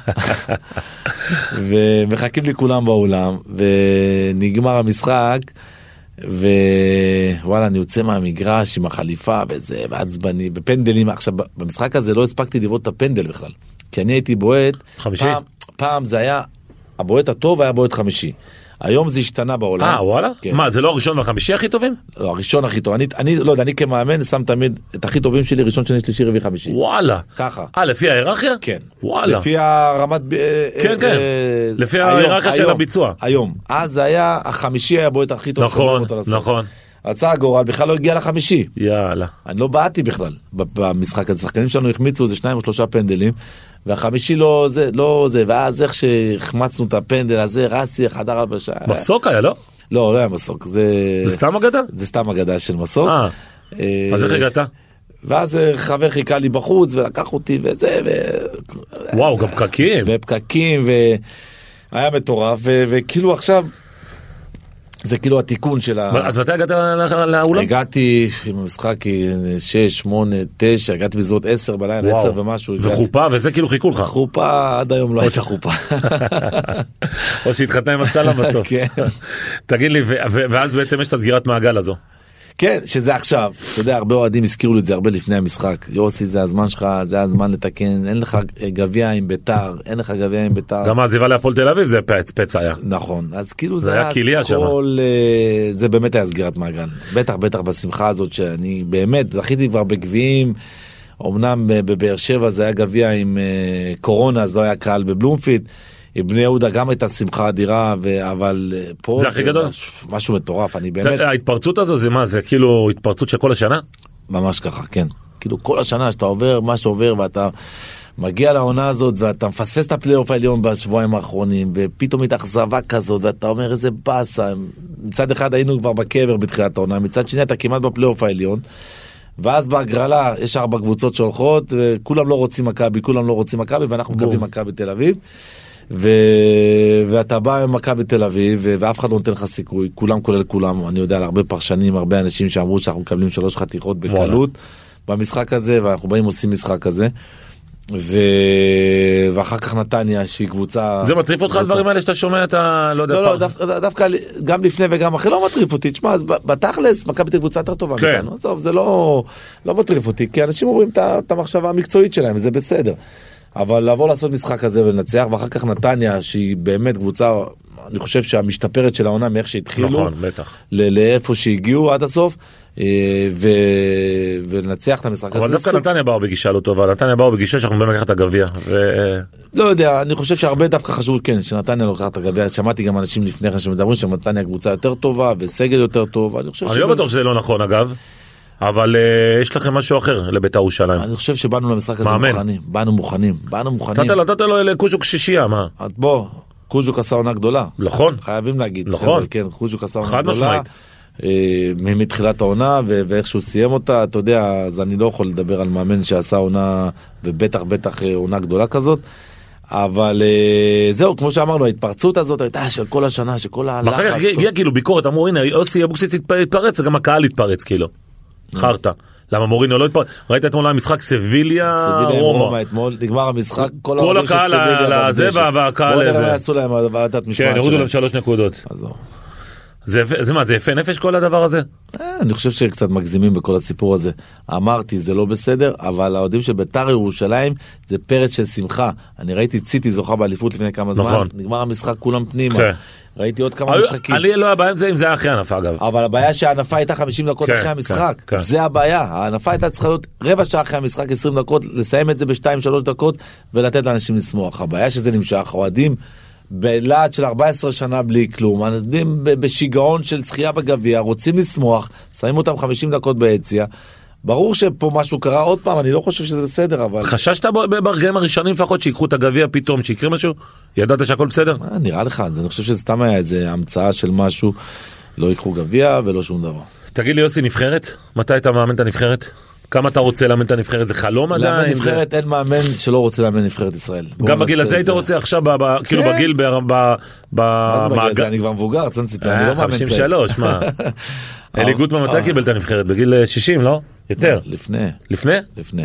ומחכים לי כולם באולם, ונגמר המשחק, ווואלה, אני יוצא מהמגרש עם החליפה וזה, ועצבני, בפנדלים. עכשיו, במשחק הזה לא הספקתי לראות את הפנדל בכלל, כי אני הייתי בועט, פעם זה היה, הבועט הטוב היה בועט חמישי. היום זה השתנה בעולם. וואלה? כן. מה, זה לא הראשון והחמישי הכי טובים? לא, הראשון הכי טוב. אני לא יודע, אני כמאמן שם תמיד את הכי טובים שלי, ראשון, שני, שלישי, רביעי, חמישי. וואלה. ככה. לפי ההיררכיה? כן. וואלה. לפי הרמת... כן. לפי ההיררכיה של הביצוע. היום. אז זה היה, החמישי היה בועט הכי טוב. נכון. רצה הגורל, בכלל לא הגיע לחמישי. יאללה. אני לא בעטתי בכלל במשחק הזה. שחקנים שלנו החמיצו, זה 2 או 3 פנדלים. והחמישי לא זה, ואז איך שהחמצנו את הפנדל הזה, רצי, חדר הלבשה. מסוק היה, לא? לא היה מסוק. זה סתם אגדה? זה סתם אגדה של מסוק. אז איך הגעת? ואז חבר חיכה לי בחוץ, ולקח אותי וזה, וואו, גם פקקים. ופקקים, והיה מטורף, וכאילו עכשיו, זה כאילו התיקון של אז מתי הגעת לאולם? הגעתי עם המשחק 6, 8, 9, הגעתי בזאת 10 בלילה, 10 ומשהו. וחופה, וזה כאילו חיכו לך. חופה, עד היום לא הייתה חופה. או שהתחתנה עם הצלם בסוף. כן. תגיד לי, ואז בעצם יש את הסגירת מעגל הזו. כן, שזה עכשיו, אתה יודע, הרבה אוהדים הזכירו לי את זה הרבה לפני המשחק. יוסי, זה הזמן שלך, זה הזמן לתקן, אין לך גביע עם ביתר, אין לך גביע עם ביתר. גם העזיבה להפועל תל אביב זה פצע היה. נכון, אז כאילו זה היה קיליה שם. זה באמת היה סגירת מעגל. בטח בשמחה הזאת שאני באמת זכיתי כבר בגביעים, אמנם בבאר שבע זה היה גביע עם קורונה, אז לא היה קהל בבלומפילד. בני יהודה גם הייתה שמחה אדירה, אבל פה זה הכי גדול. משהו מטורף, אני באמת... ההתפרצות הזו זה מה? זה כאילו התפרצות של כל השנה? ממש ככה, כן. כאילו כל השנה שאתה עובר, מה שעובר, ואתה מגיע לעונה הזאת, ואתה מפספס את הפלייאוף העליון בשבועיים האחרונים, ופתאום התאכזבה כזאת, ואתה אומר איזה באסה. מצד אחד היינו כבר בקבר בתחילת העונה, מצד שני אתה כמעט בפלייאוף העליון, ואז בהגרלה יש 4 קבוצות שהולכות, וכולם לא רוצים מכבי, ואנחנו מקבלים מכבי תל אביב. ואתה בא עם מכבי בתל אביב, ואף אחד לא נותן לך סיכוי, כולם כולל כולם, אני יודע על הרבה פרשנים, הרבה אנשים שאמרו שאנחנו מקבלים 3 חתיכות בקלות במשחק הזה, ואנחנו באים עושים משחק הזה, ואחר כך נתניה שהיא קבוצה... זה מטריף אותך הדברים האלה שאתה שומע את ה... לא, דווקא גם לפני וגם אחרי לא מטריף אותי, תשמע, אז בתכלס מכבי תל קבוצה יותר טובה מאיתנו, זה לא מטריף אותי, כי אנשים אומרים את המחשבה המקצועית שלהם, וזה בסדר. אבל לבוא לעשות משחק כזה ולנצח, ואחר כך נתניה, שהיא באמת קבוצה, אני חושב שהמשתפרת של העונה מאיך שהתחילו, נכון, בטח. לאיפה שהגיעו עד הסוף, ולנצח את המשחק הזה. אבל דווקא נתניה באו בגישה לא טובה, נתניה באו בגישה שאנחנו באים לקחת את הגביע. לא יודע, אני חושב שהרבה דווקא חשוב, כן, שנתניה לוקחת את הגביע, שמעתי גם אנשים לפני כן שמדברים שנתניה קבוצה יותר טובה, וסגל יותר טוב, אני לא בטוח שזה לא נכון אגב. אבל יש לכם משהו אחר לבית"ר ירושלים. אני חושב שבאנו למשחק הזה מוכנים. באנו מוכנים. נתת לו לקוז'וק שישייה, מה? בוא, קוז'וק עשה עונה גדולה. נכון. חייבים להגיד. נכון. כן, קוז'וק עשה עונה גדולה. מתחילת העונה ואיך שהוא סיים אותה, אתה יודע, אז אני לא יכול לדבר על מאמן שעשה עונה, ובטח עונה גדולה כזאת. אבל זהו, כמו שאמרנו, ההתפרצות הזאת הייתה של כל השנה, שכל הלחץ. ואחר כך הגיע כאילו ביקורת, אמרו, הנה, יוסי אבוקסיס התפרץ, גם הקהל התפרץ כאילו. חרטה. למה מוריניו לא התפרץ? ראית אתמול המשחק סביליה רומא. אתמול נגמר המשחק, כל הקהל על זה והקהל בוא נראה מה יעשו להם ועדת משמעת שלהם. כן, ירודו להם 3 נקודות. זה מה, זה יפה נפש כל הדבר הזה? אני חושב שקצת מגזימים בכל הסיפור הזה. אמרתי, זה לא בסדר, אבל האוהדים של בית"ר ירושלים זה פרץ של שמחה. אני ראיתי ציטי זוכה באליפות לפני כמה זמן, נגמר המשחק כולם פנימה. ראיתי עוד כמה משחקים. אני לא הבעיה עם זה, אם זה היה אחרי הנפה אגב. אבל הבעיה שההנפה הייתה 50 דקות אחרי המשחק. זה הבעיה. ההנפה הייתה צריכה להיות רבע שעה אחרי המשחק, 20 דקות, לסיים את זה ב2-3 דקות ולתת לאנשים לשמוח. הבעיה שזה נמשך, אוהדים בלעד של 14 שנה בלי כלום, אנשים בשיגעון של זכייה בגביע, רוצים לשמוח, שמים אותם 50 דקות ביציאה. ברור שפה משהו קרה עוד פעם, אני לא חושב שזה בסדר, אבל... חששת ברגעים הראשונים לפחות שיקחו את הגביע פתאום, שיקרה משהו? ידעת שהכל בסדר? נראה לך, אני חושב שזה סתם היה איזה המצאה של משהו, לא ייקחו גביע ולא שום דבר. תגיד לי יוסי, נבחרת? מתי אתה מאמן את הנבחרת? כמה אתה רוצה לאמן את הנבחרת? זה חלום עדיין? לאמן נבחרת, אין מאמן שלא רוצה לאמן נבחרת ישראל. גם בגיל הזה היית רוצה עכשיו, כאילו בגיל במעגל? אני כבר מבוגר, צנציפי, אני לא מאמן צעיר. 53, מה? אלי גוטמן מתי קיבל את הנבחרת? בגיל 60, לא? יותר. לפני. לפני? לפני.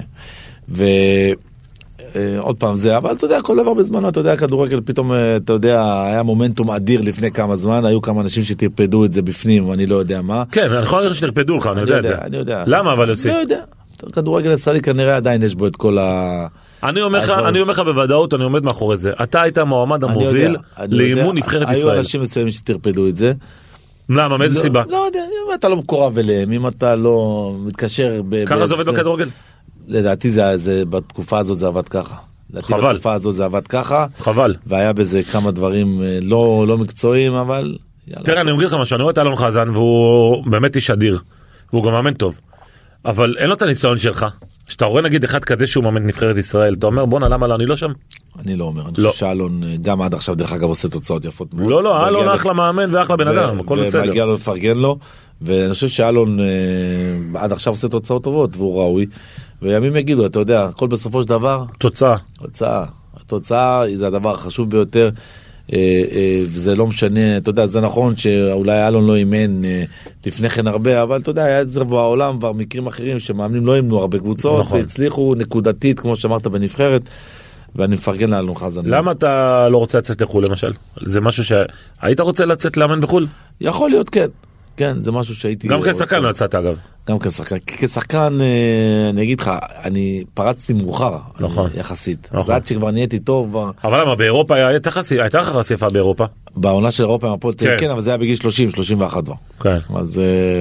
ועוד פעם זה, אבל אתה יודע, כל דבר בזמנו, אתה יודע, כדורגל פתאום, אתה יודע, היה מומנטום אדיר לפני כמה זמן, היו כמה אנשים שתרפדו את זה בפנים, אני לא יודע מה. כן, אני יכול להגיד שתרפדו לך, אני יודע את זה. אני יודע. למה אבל יוסי? לא יודע. כדורגל הישראלי כנראה עדיין יש בו את כל ה... אני אומר לך בוודאות, אני עומד מאחורי זה. אתה היית המועמד המוביל לאימון נבחרת ישראל. היו אנשים מסוימים שתרפדו את זה. למה? מאיזה סיבה? לא יודע, אם אתה לא מקורב אליהם, אם אתה לא מתקשר... ככה זה עובד בכדורגל? לדעתי בתקופה הזאת זה עבד ככה. חבל. בתקופה הזאת זה עבד ככה. חבל. והיה בזה כמה דברים לא מקצועיים, אבל... תראה, אני אגיד לך משהו, אני רואה את אלון חזן, והוא באמת איש אדיר. והוא גם מאמן טוב. אבל אין לו את הניסיון שלך. שאתה רואה נגיד אחד כזה שהוא מאמן נבחרת ישראל, אתה אומר בונה למה לא, אני לא שם? אני לא אומר, אני חושב שאלון גם עד עכשיו דרך אגב עושה תוצאות יפות מאוד. לא, אלון אחלה מאמן ואחלה בן אדם, הכל בסדר. ומגיע לו לפרגן לו, ואני חושב שאלון עד עכשיו עושה תוצאות טובות והוא ראוי, וימים יגידו, אתה יודע, הכל בסופו של דבר... התוצאה זה הדבר החשוב ביותר, וזה לא משנה, אתה יודע, זה נכון שאולי אלון לא אימן לפני כן הרבה, אבל אתה יודע, היה את זה בעולם כבר מקרים אחרים שמאמנים לא אימנו הרבה קבוצות, והצליחו נקודתית, כמו שאמרת, בנבחרת, ואני מפרגן לאלון חזן. למה אתה לא רוצה לצאת לחו"ל למשל? זה משהו שהיית רוצה לצאת לאמן בחו"ל? יכול להיות, כן. כן, זה משהו שהייתי... גם כשחקן לא יצאת אגב. גם כשחקן. כשחקן, אני אגיד לך, אני פרצתי מאוחר, יחסית. ועד שכבר נהייתי טוב... אבל למה, באירופה הייתה לך חשיפה באירופה? בעונה של אירופה, כן, אבל זה היה בגיל 30, 31 כבר. כן. אז...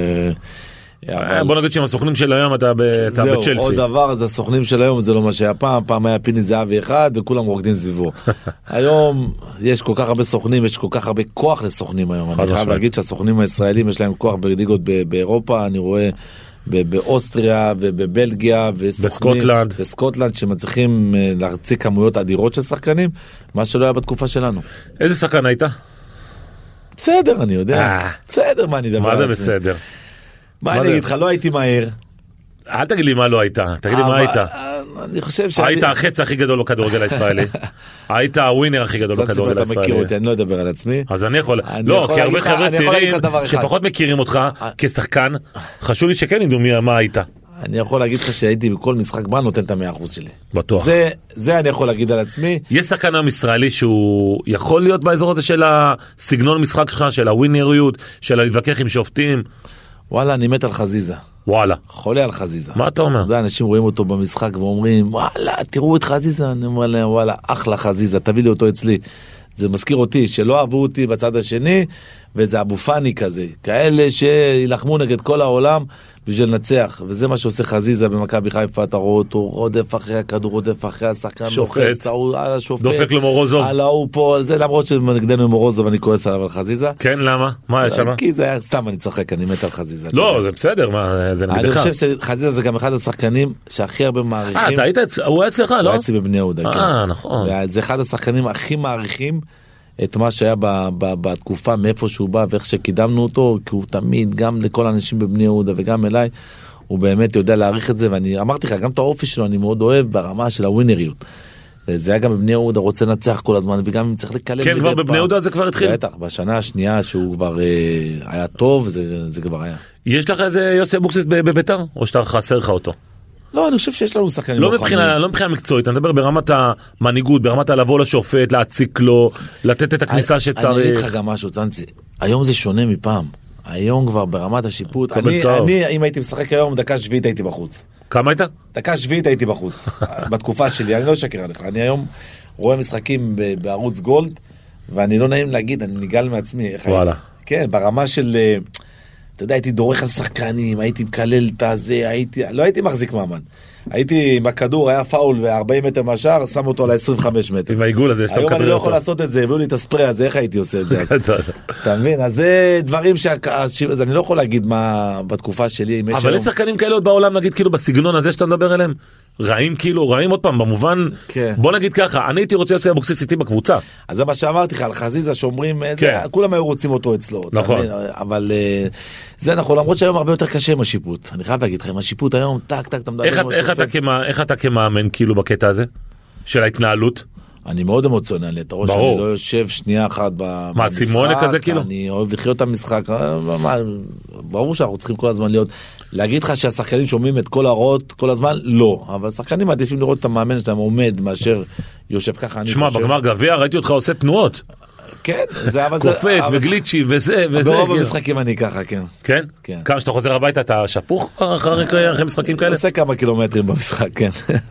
בוא נגיד שעם הסוכנים של היום אתה בצ'לסי. זהו, עוד דבר, זה הסוכנים של היום, זה לא מה שהיה פעם היה פיני זהבי אחד וכולם רוקדים סביבו. היום יש כל כך הרבה סוכנים, יש כל כך הרבה כוח לסוכנים היום. אני חייב להגיד שהסוכנים הישראלים יש להם כוח בליגות באירופה, אני רואה באוסטריה ובבלגיה וסקוטלנד שמצליחים להרציק כמויות אדירות של שחקנים, מה שלא היה בתקופה שלנו. איזה שחקן היית? בסדר, אני יודע. בסדר, מה אני אדבר על זה? מה זה בסדר? מה אני אגיד לך, לא הייתי מהר. אל תגיד לי מה לא הייתה, תגיד לי מה הייתה. אני חושב היית החץ הכי גדול בכדורגל הישראלי. היית הווינר הכי גדול בכדורגל הישראלי. אני לא אדבר על עצמי. אז אני יכול, לא, כי הרבה חבר'ה צעירים שפחות מכירים אותך כשחקן, חשוב לי שכן ידעו מה היית. אני יכול להגיד לך שהייתי בכל משחק בא נותן את 100% שלי. בטוח. זה אני יכול להגיד על עצמי. יש שחקן עם ישראלי שהוא יכול להיות באזור הזה של הסגנון משחק שלך, של הווינריות, של להתווכח עם שופטים. וואלה, אני מת על חזיזה. וואלה. חולה על חזיזה. מה אתה אומר? אנשים רואים אותו במשחק ואומרים, וואלה, תראו את חזיזה. אני אומר להם, וואלה, אחלה חזיזה, תביא לי אותו אצלי. זה מזכיר אותי, שלא אהבו אותי בצד השני, וזה אבו פאני כזה, כאלה שילחמו נגד כל העולם בשביל לנצח, וזה מה שעושה חזיזה במכבי חיפה, אתה רואה אותו רודף אחרי הכדור, רודף אחרי השחקן, שופט, על השופט, דופק לו מורוזוב, על ההוא פה, על זה, למרות שנגדנו מורוזוב אני כועס עליו על חזיזה. כן, למה? מה היה שם? כי זה היה סתם, אני צוחק, אני מת על חזיזה. לא, זה בסדר, מה, זה נגדך. אני חושב שחזיזה זה גם אחד השחקנים שהכי הרבה מעריכים. אתה היית, הוא היה אצלך, לא? הוא היה אצלי בבני יהודה, כן. נכון. זה אחד השחקנים הכי מעריכים את מה שהיה בתקופה, מאיפה שהוא בא ואיך שקידמנו אותו, כי הוא תמיד, גם לכל האנשים בבני יהודה וגם אליי, הוא באמת יודע להעריך את זה, ואני אמרתי לך, גם את האופי שלו אני מאוד אוהב ברמה של הווינריות. זה היה גם בבני יהודה רוצה לנצח כל הזמן, וגם אם צריך לקלל. כן, כבר בבני יהודה זה כבר התחיל. בטח, בשנה השנייה שהוא כבר היה טוב, זה כבר היה. יש לך איזה יוסי אבוקסיס בביתר, או שאתה חסר לך אותו? לא, אני חושב שיש לנו שחקנים. לא מבחינה מקצועית, אני מדבר ברמת המנהיגות, ברמת לבוא לשופט, להציק לו, לתת את הכניסה שצריך. אני אגיד לך גם משהו, צנצי, היום זה שונה מפעם. היום כבר ברמת השיפוט, אני אם הייתי משחק היום, דקה שביעית הייתי בחוץ. כמה היית? דקה שביעית הייתי בחוץ, בתקופה שלי, אני לא אשקר עליך, אני היום רואה משחקים בערוץ גולד, ואני לא נעים להגיד, אני ניגל מעצמי. וואלה. כן, ברמה של, אתה יודע, הייתי דורך על שחקנים, הייתי מקלל את הזה, לא הייתי מחזיק מעמד. הייתי עם הכדור, היה פאול ו-40 מטר מהשאר, שם אותו על ה-25 מטר. עם העיגול הזה, שאתה מקבל אותו. היום אני לא יכול אותו. לעשות את זה, הביאו לי את הספרי הזה, איך הייתי עושה את זה? אתה מבין? אז זה דברים אז אני לא יכול להגיד מה בתקופה שלי. אבל יש שחקנים כאלה עוד בעולם, נגיד כאילו בסגנון הזה שאתה מדבר אליהם, רעים כאילו, רעים עוד פעם, במובן, בוא נגיד ככה, אני הייתי רוצה יוסי אבוקסיס איתי בקבוצה. אז זה מה שאמרתי לך, על חזיזה שאומרים, כולם היו רוצים אותו אצלו. נכון. אבל זה נכון, למרות שהיום הרבה יותר קשה עם השיפוט. אני חייב להגיד לך, עם השיפוט היום, טק, טק, אתה מדבר. איך אתה כמאמן כאילו בקטע הזה? של ההתנהלות? אני מאוד אמוציונלי, אתה רואה שאני לא יושב שנייה אחת במשחק. מה, סימונה כזה כאילו? אני אוהב לחיות את המשחק, ברור שאנחנו צריכים כל הזמן להיות, להגיד לך שהשחקנים שומעים את כל ההוראות כל הזמן, לא, אבל השחקנים מעדיפים לראות את המאמן שלהם עומד מאשר יושב ככה. שמע, בגמר גביע ראיתי אותך עושה תנועות. כן, זה אבל קופץ וגליצ'י וזה. ברוב המשחקים אני ככה, כן. כן? כמה שאתה חוזר הביתה אתה שפוך אחרי משחקים כאלה? עושה כמה קילומטרים במשחק, כן.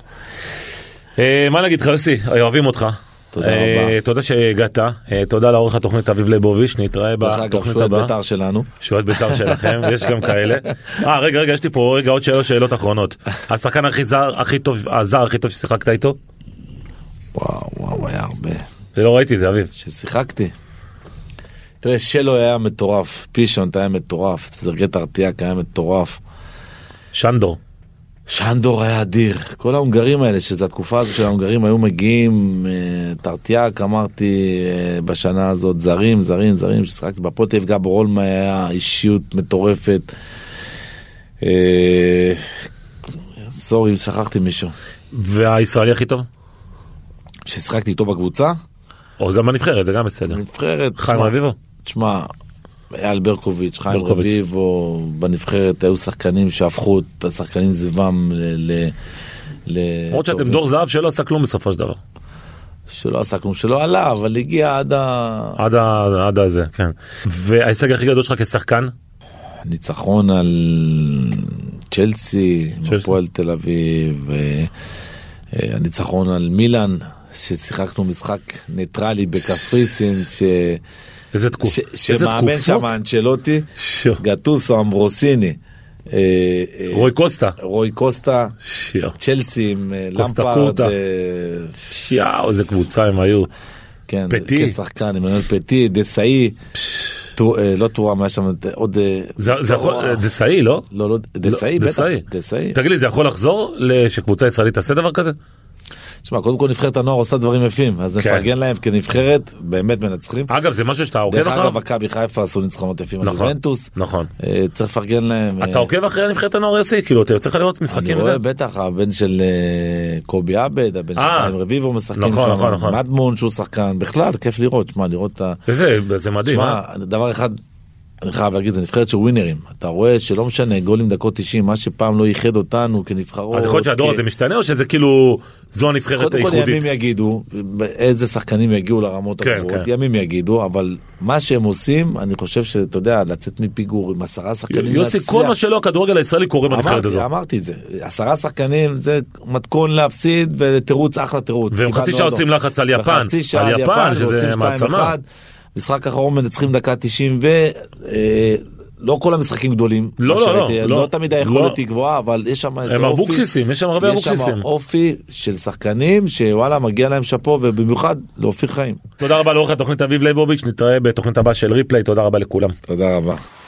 מה נגיד לך יוסי, אוהבים אותך. תודה רבה. תודה שהגעת, תודה לעורך התוכנית אביב ליבוביץ', נתראה בתוכנית הבאה. שועט בית"ר שלנו. שועט בית"ר שלכם, יש גם כאלה. רגע, יש לי פה עוד שאלות אחרונות. השחקן הכי טוב, הזר הכי טוב ששיחקת איתו? וואו, היה הרבה. זה לא ראיתי, זה אביב. ששיחקתי. תראה, שלו היה מטורף, פישונט היה מטורף, זרגט ארטיאק היה מטורף. שנדור היה אדיר, כל ההונגרים האלה, שזו התקופה הזו של ההונגרים היו מגיעים, תרטיאק אמרתי בשנה הזאת, זרים, ששחקתי בפוטף, גבור אולמה היה אישיות מטורפת, סורי, שכחתי מישהו. והישראלי הכי טוב? ששחקתי איתו בקבוצה? או גם בנבחרת, זה גם בסדר. בנבחרת, חיים רביבו? תשמע, אייל ברקוביץ', חיים רביבו, בנבחרת היו שחקנים שהפכו את השחקנים זיוום למרות שאתם דור זהב שלא עשה כלום בסופו של דבר. שלא עשה כלום, שלא עלה, אבל הגיע עד הזה, כן. וההישג הכי גדול שלך כשחקן? ניצחון על צ'לסי, הפועל תל אביב, הניצחון על מילאן, ששיחקנו משחק ניטרלי בקפריסין, איזה תקופה. שמאמן שם אנצ'לוטי, גטוסו, אמברוסיני, רוי קוסטה, צ'לסי עם למפרד, איזה קבוצה הם היו. כן, כשחקן, עם פטי, דסאי, לא טורם, היה שם עוד... דסאי, לא? לא, דסאי, בטח. תגיד לי, זה יכול לחזור שקבוצה ישראלית תעשה דבר כזה? תשמע, קודם כל נבחרת הנוער עושה דברים יפים, אז נפרגן להם כנבחרת, באמת מנצחים. אגב, זה משהו שאתה עוקב אחריו? דרך אגב, מכבי חיפה עשו ניצחונות יפים על יובנטוס. נכון. צריך לפרגן להם. אתה עוקב אחרי נבחרת הנוער יוסי? כאילו, אתה יוצא לך לראות משחקים? אני רואה, בטח, הבן של קובי עבד, הבן של חיים רביבו משחקים שם, מדמון שהוא שחקן, בכלל, כיף לראות, שמע, לראות את ה... זה מדהים, שמע, דבר אחד, אני חייב להגיד, זה נבחרת של ווינרים. אתה רואה שלא משנה, גולים דקות 90, מה שפעם לא ייחד אותנו כנבחרות. אז יכול להיות שהדור הזה משתנה, או שזה כאילו, זו הנבחרת הייחודית? קודם כל ימים יגידו, איזה שחקנים יגיעו לרמות הגבוהות, ימים יגידו, אבל מה שהם עושים, אני חושב שאתה יודע, לצאת מפיגור עם 10 שחקנים. יוסי, כל מה שלא, הכדוריגל הישראלי קורה בנבחרת הזו. אמרתי את זה, 10 שחקנים, זה מתכון להפסיד, ותירוץ, אחלה תירוץ. והם חצי שעה עושים לחץ על יפן, שזה מעצמה. משחק אחרון מנצחים דקה 90 לא כל המשחקים גדולים. לא תמיד היכולת היא גבוהה, אבל יש שם איזה אופי. הם אבוקסיסים, יש שם הרבה אבוקסיסים. יש שם אופי של שחקנים שוואלה מגיע להם שפו, ובמיוחד לאופי חיים. תודה רבה לעורך התוכנית אביב ליבוביץ', נתראה בתוכנית הבאה של ריפליי, תודה רבה לכולם. תודה רבה.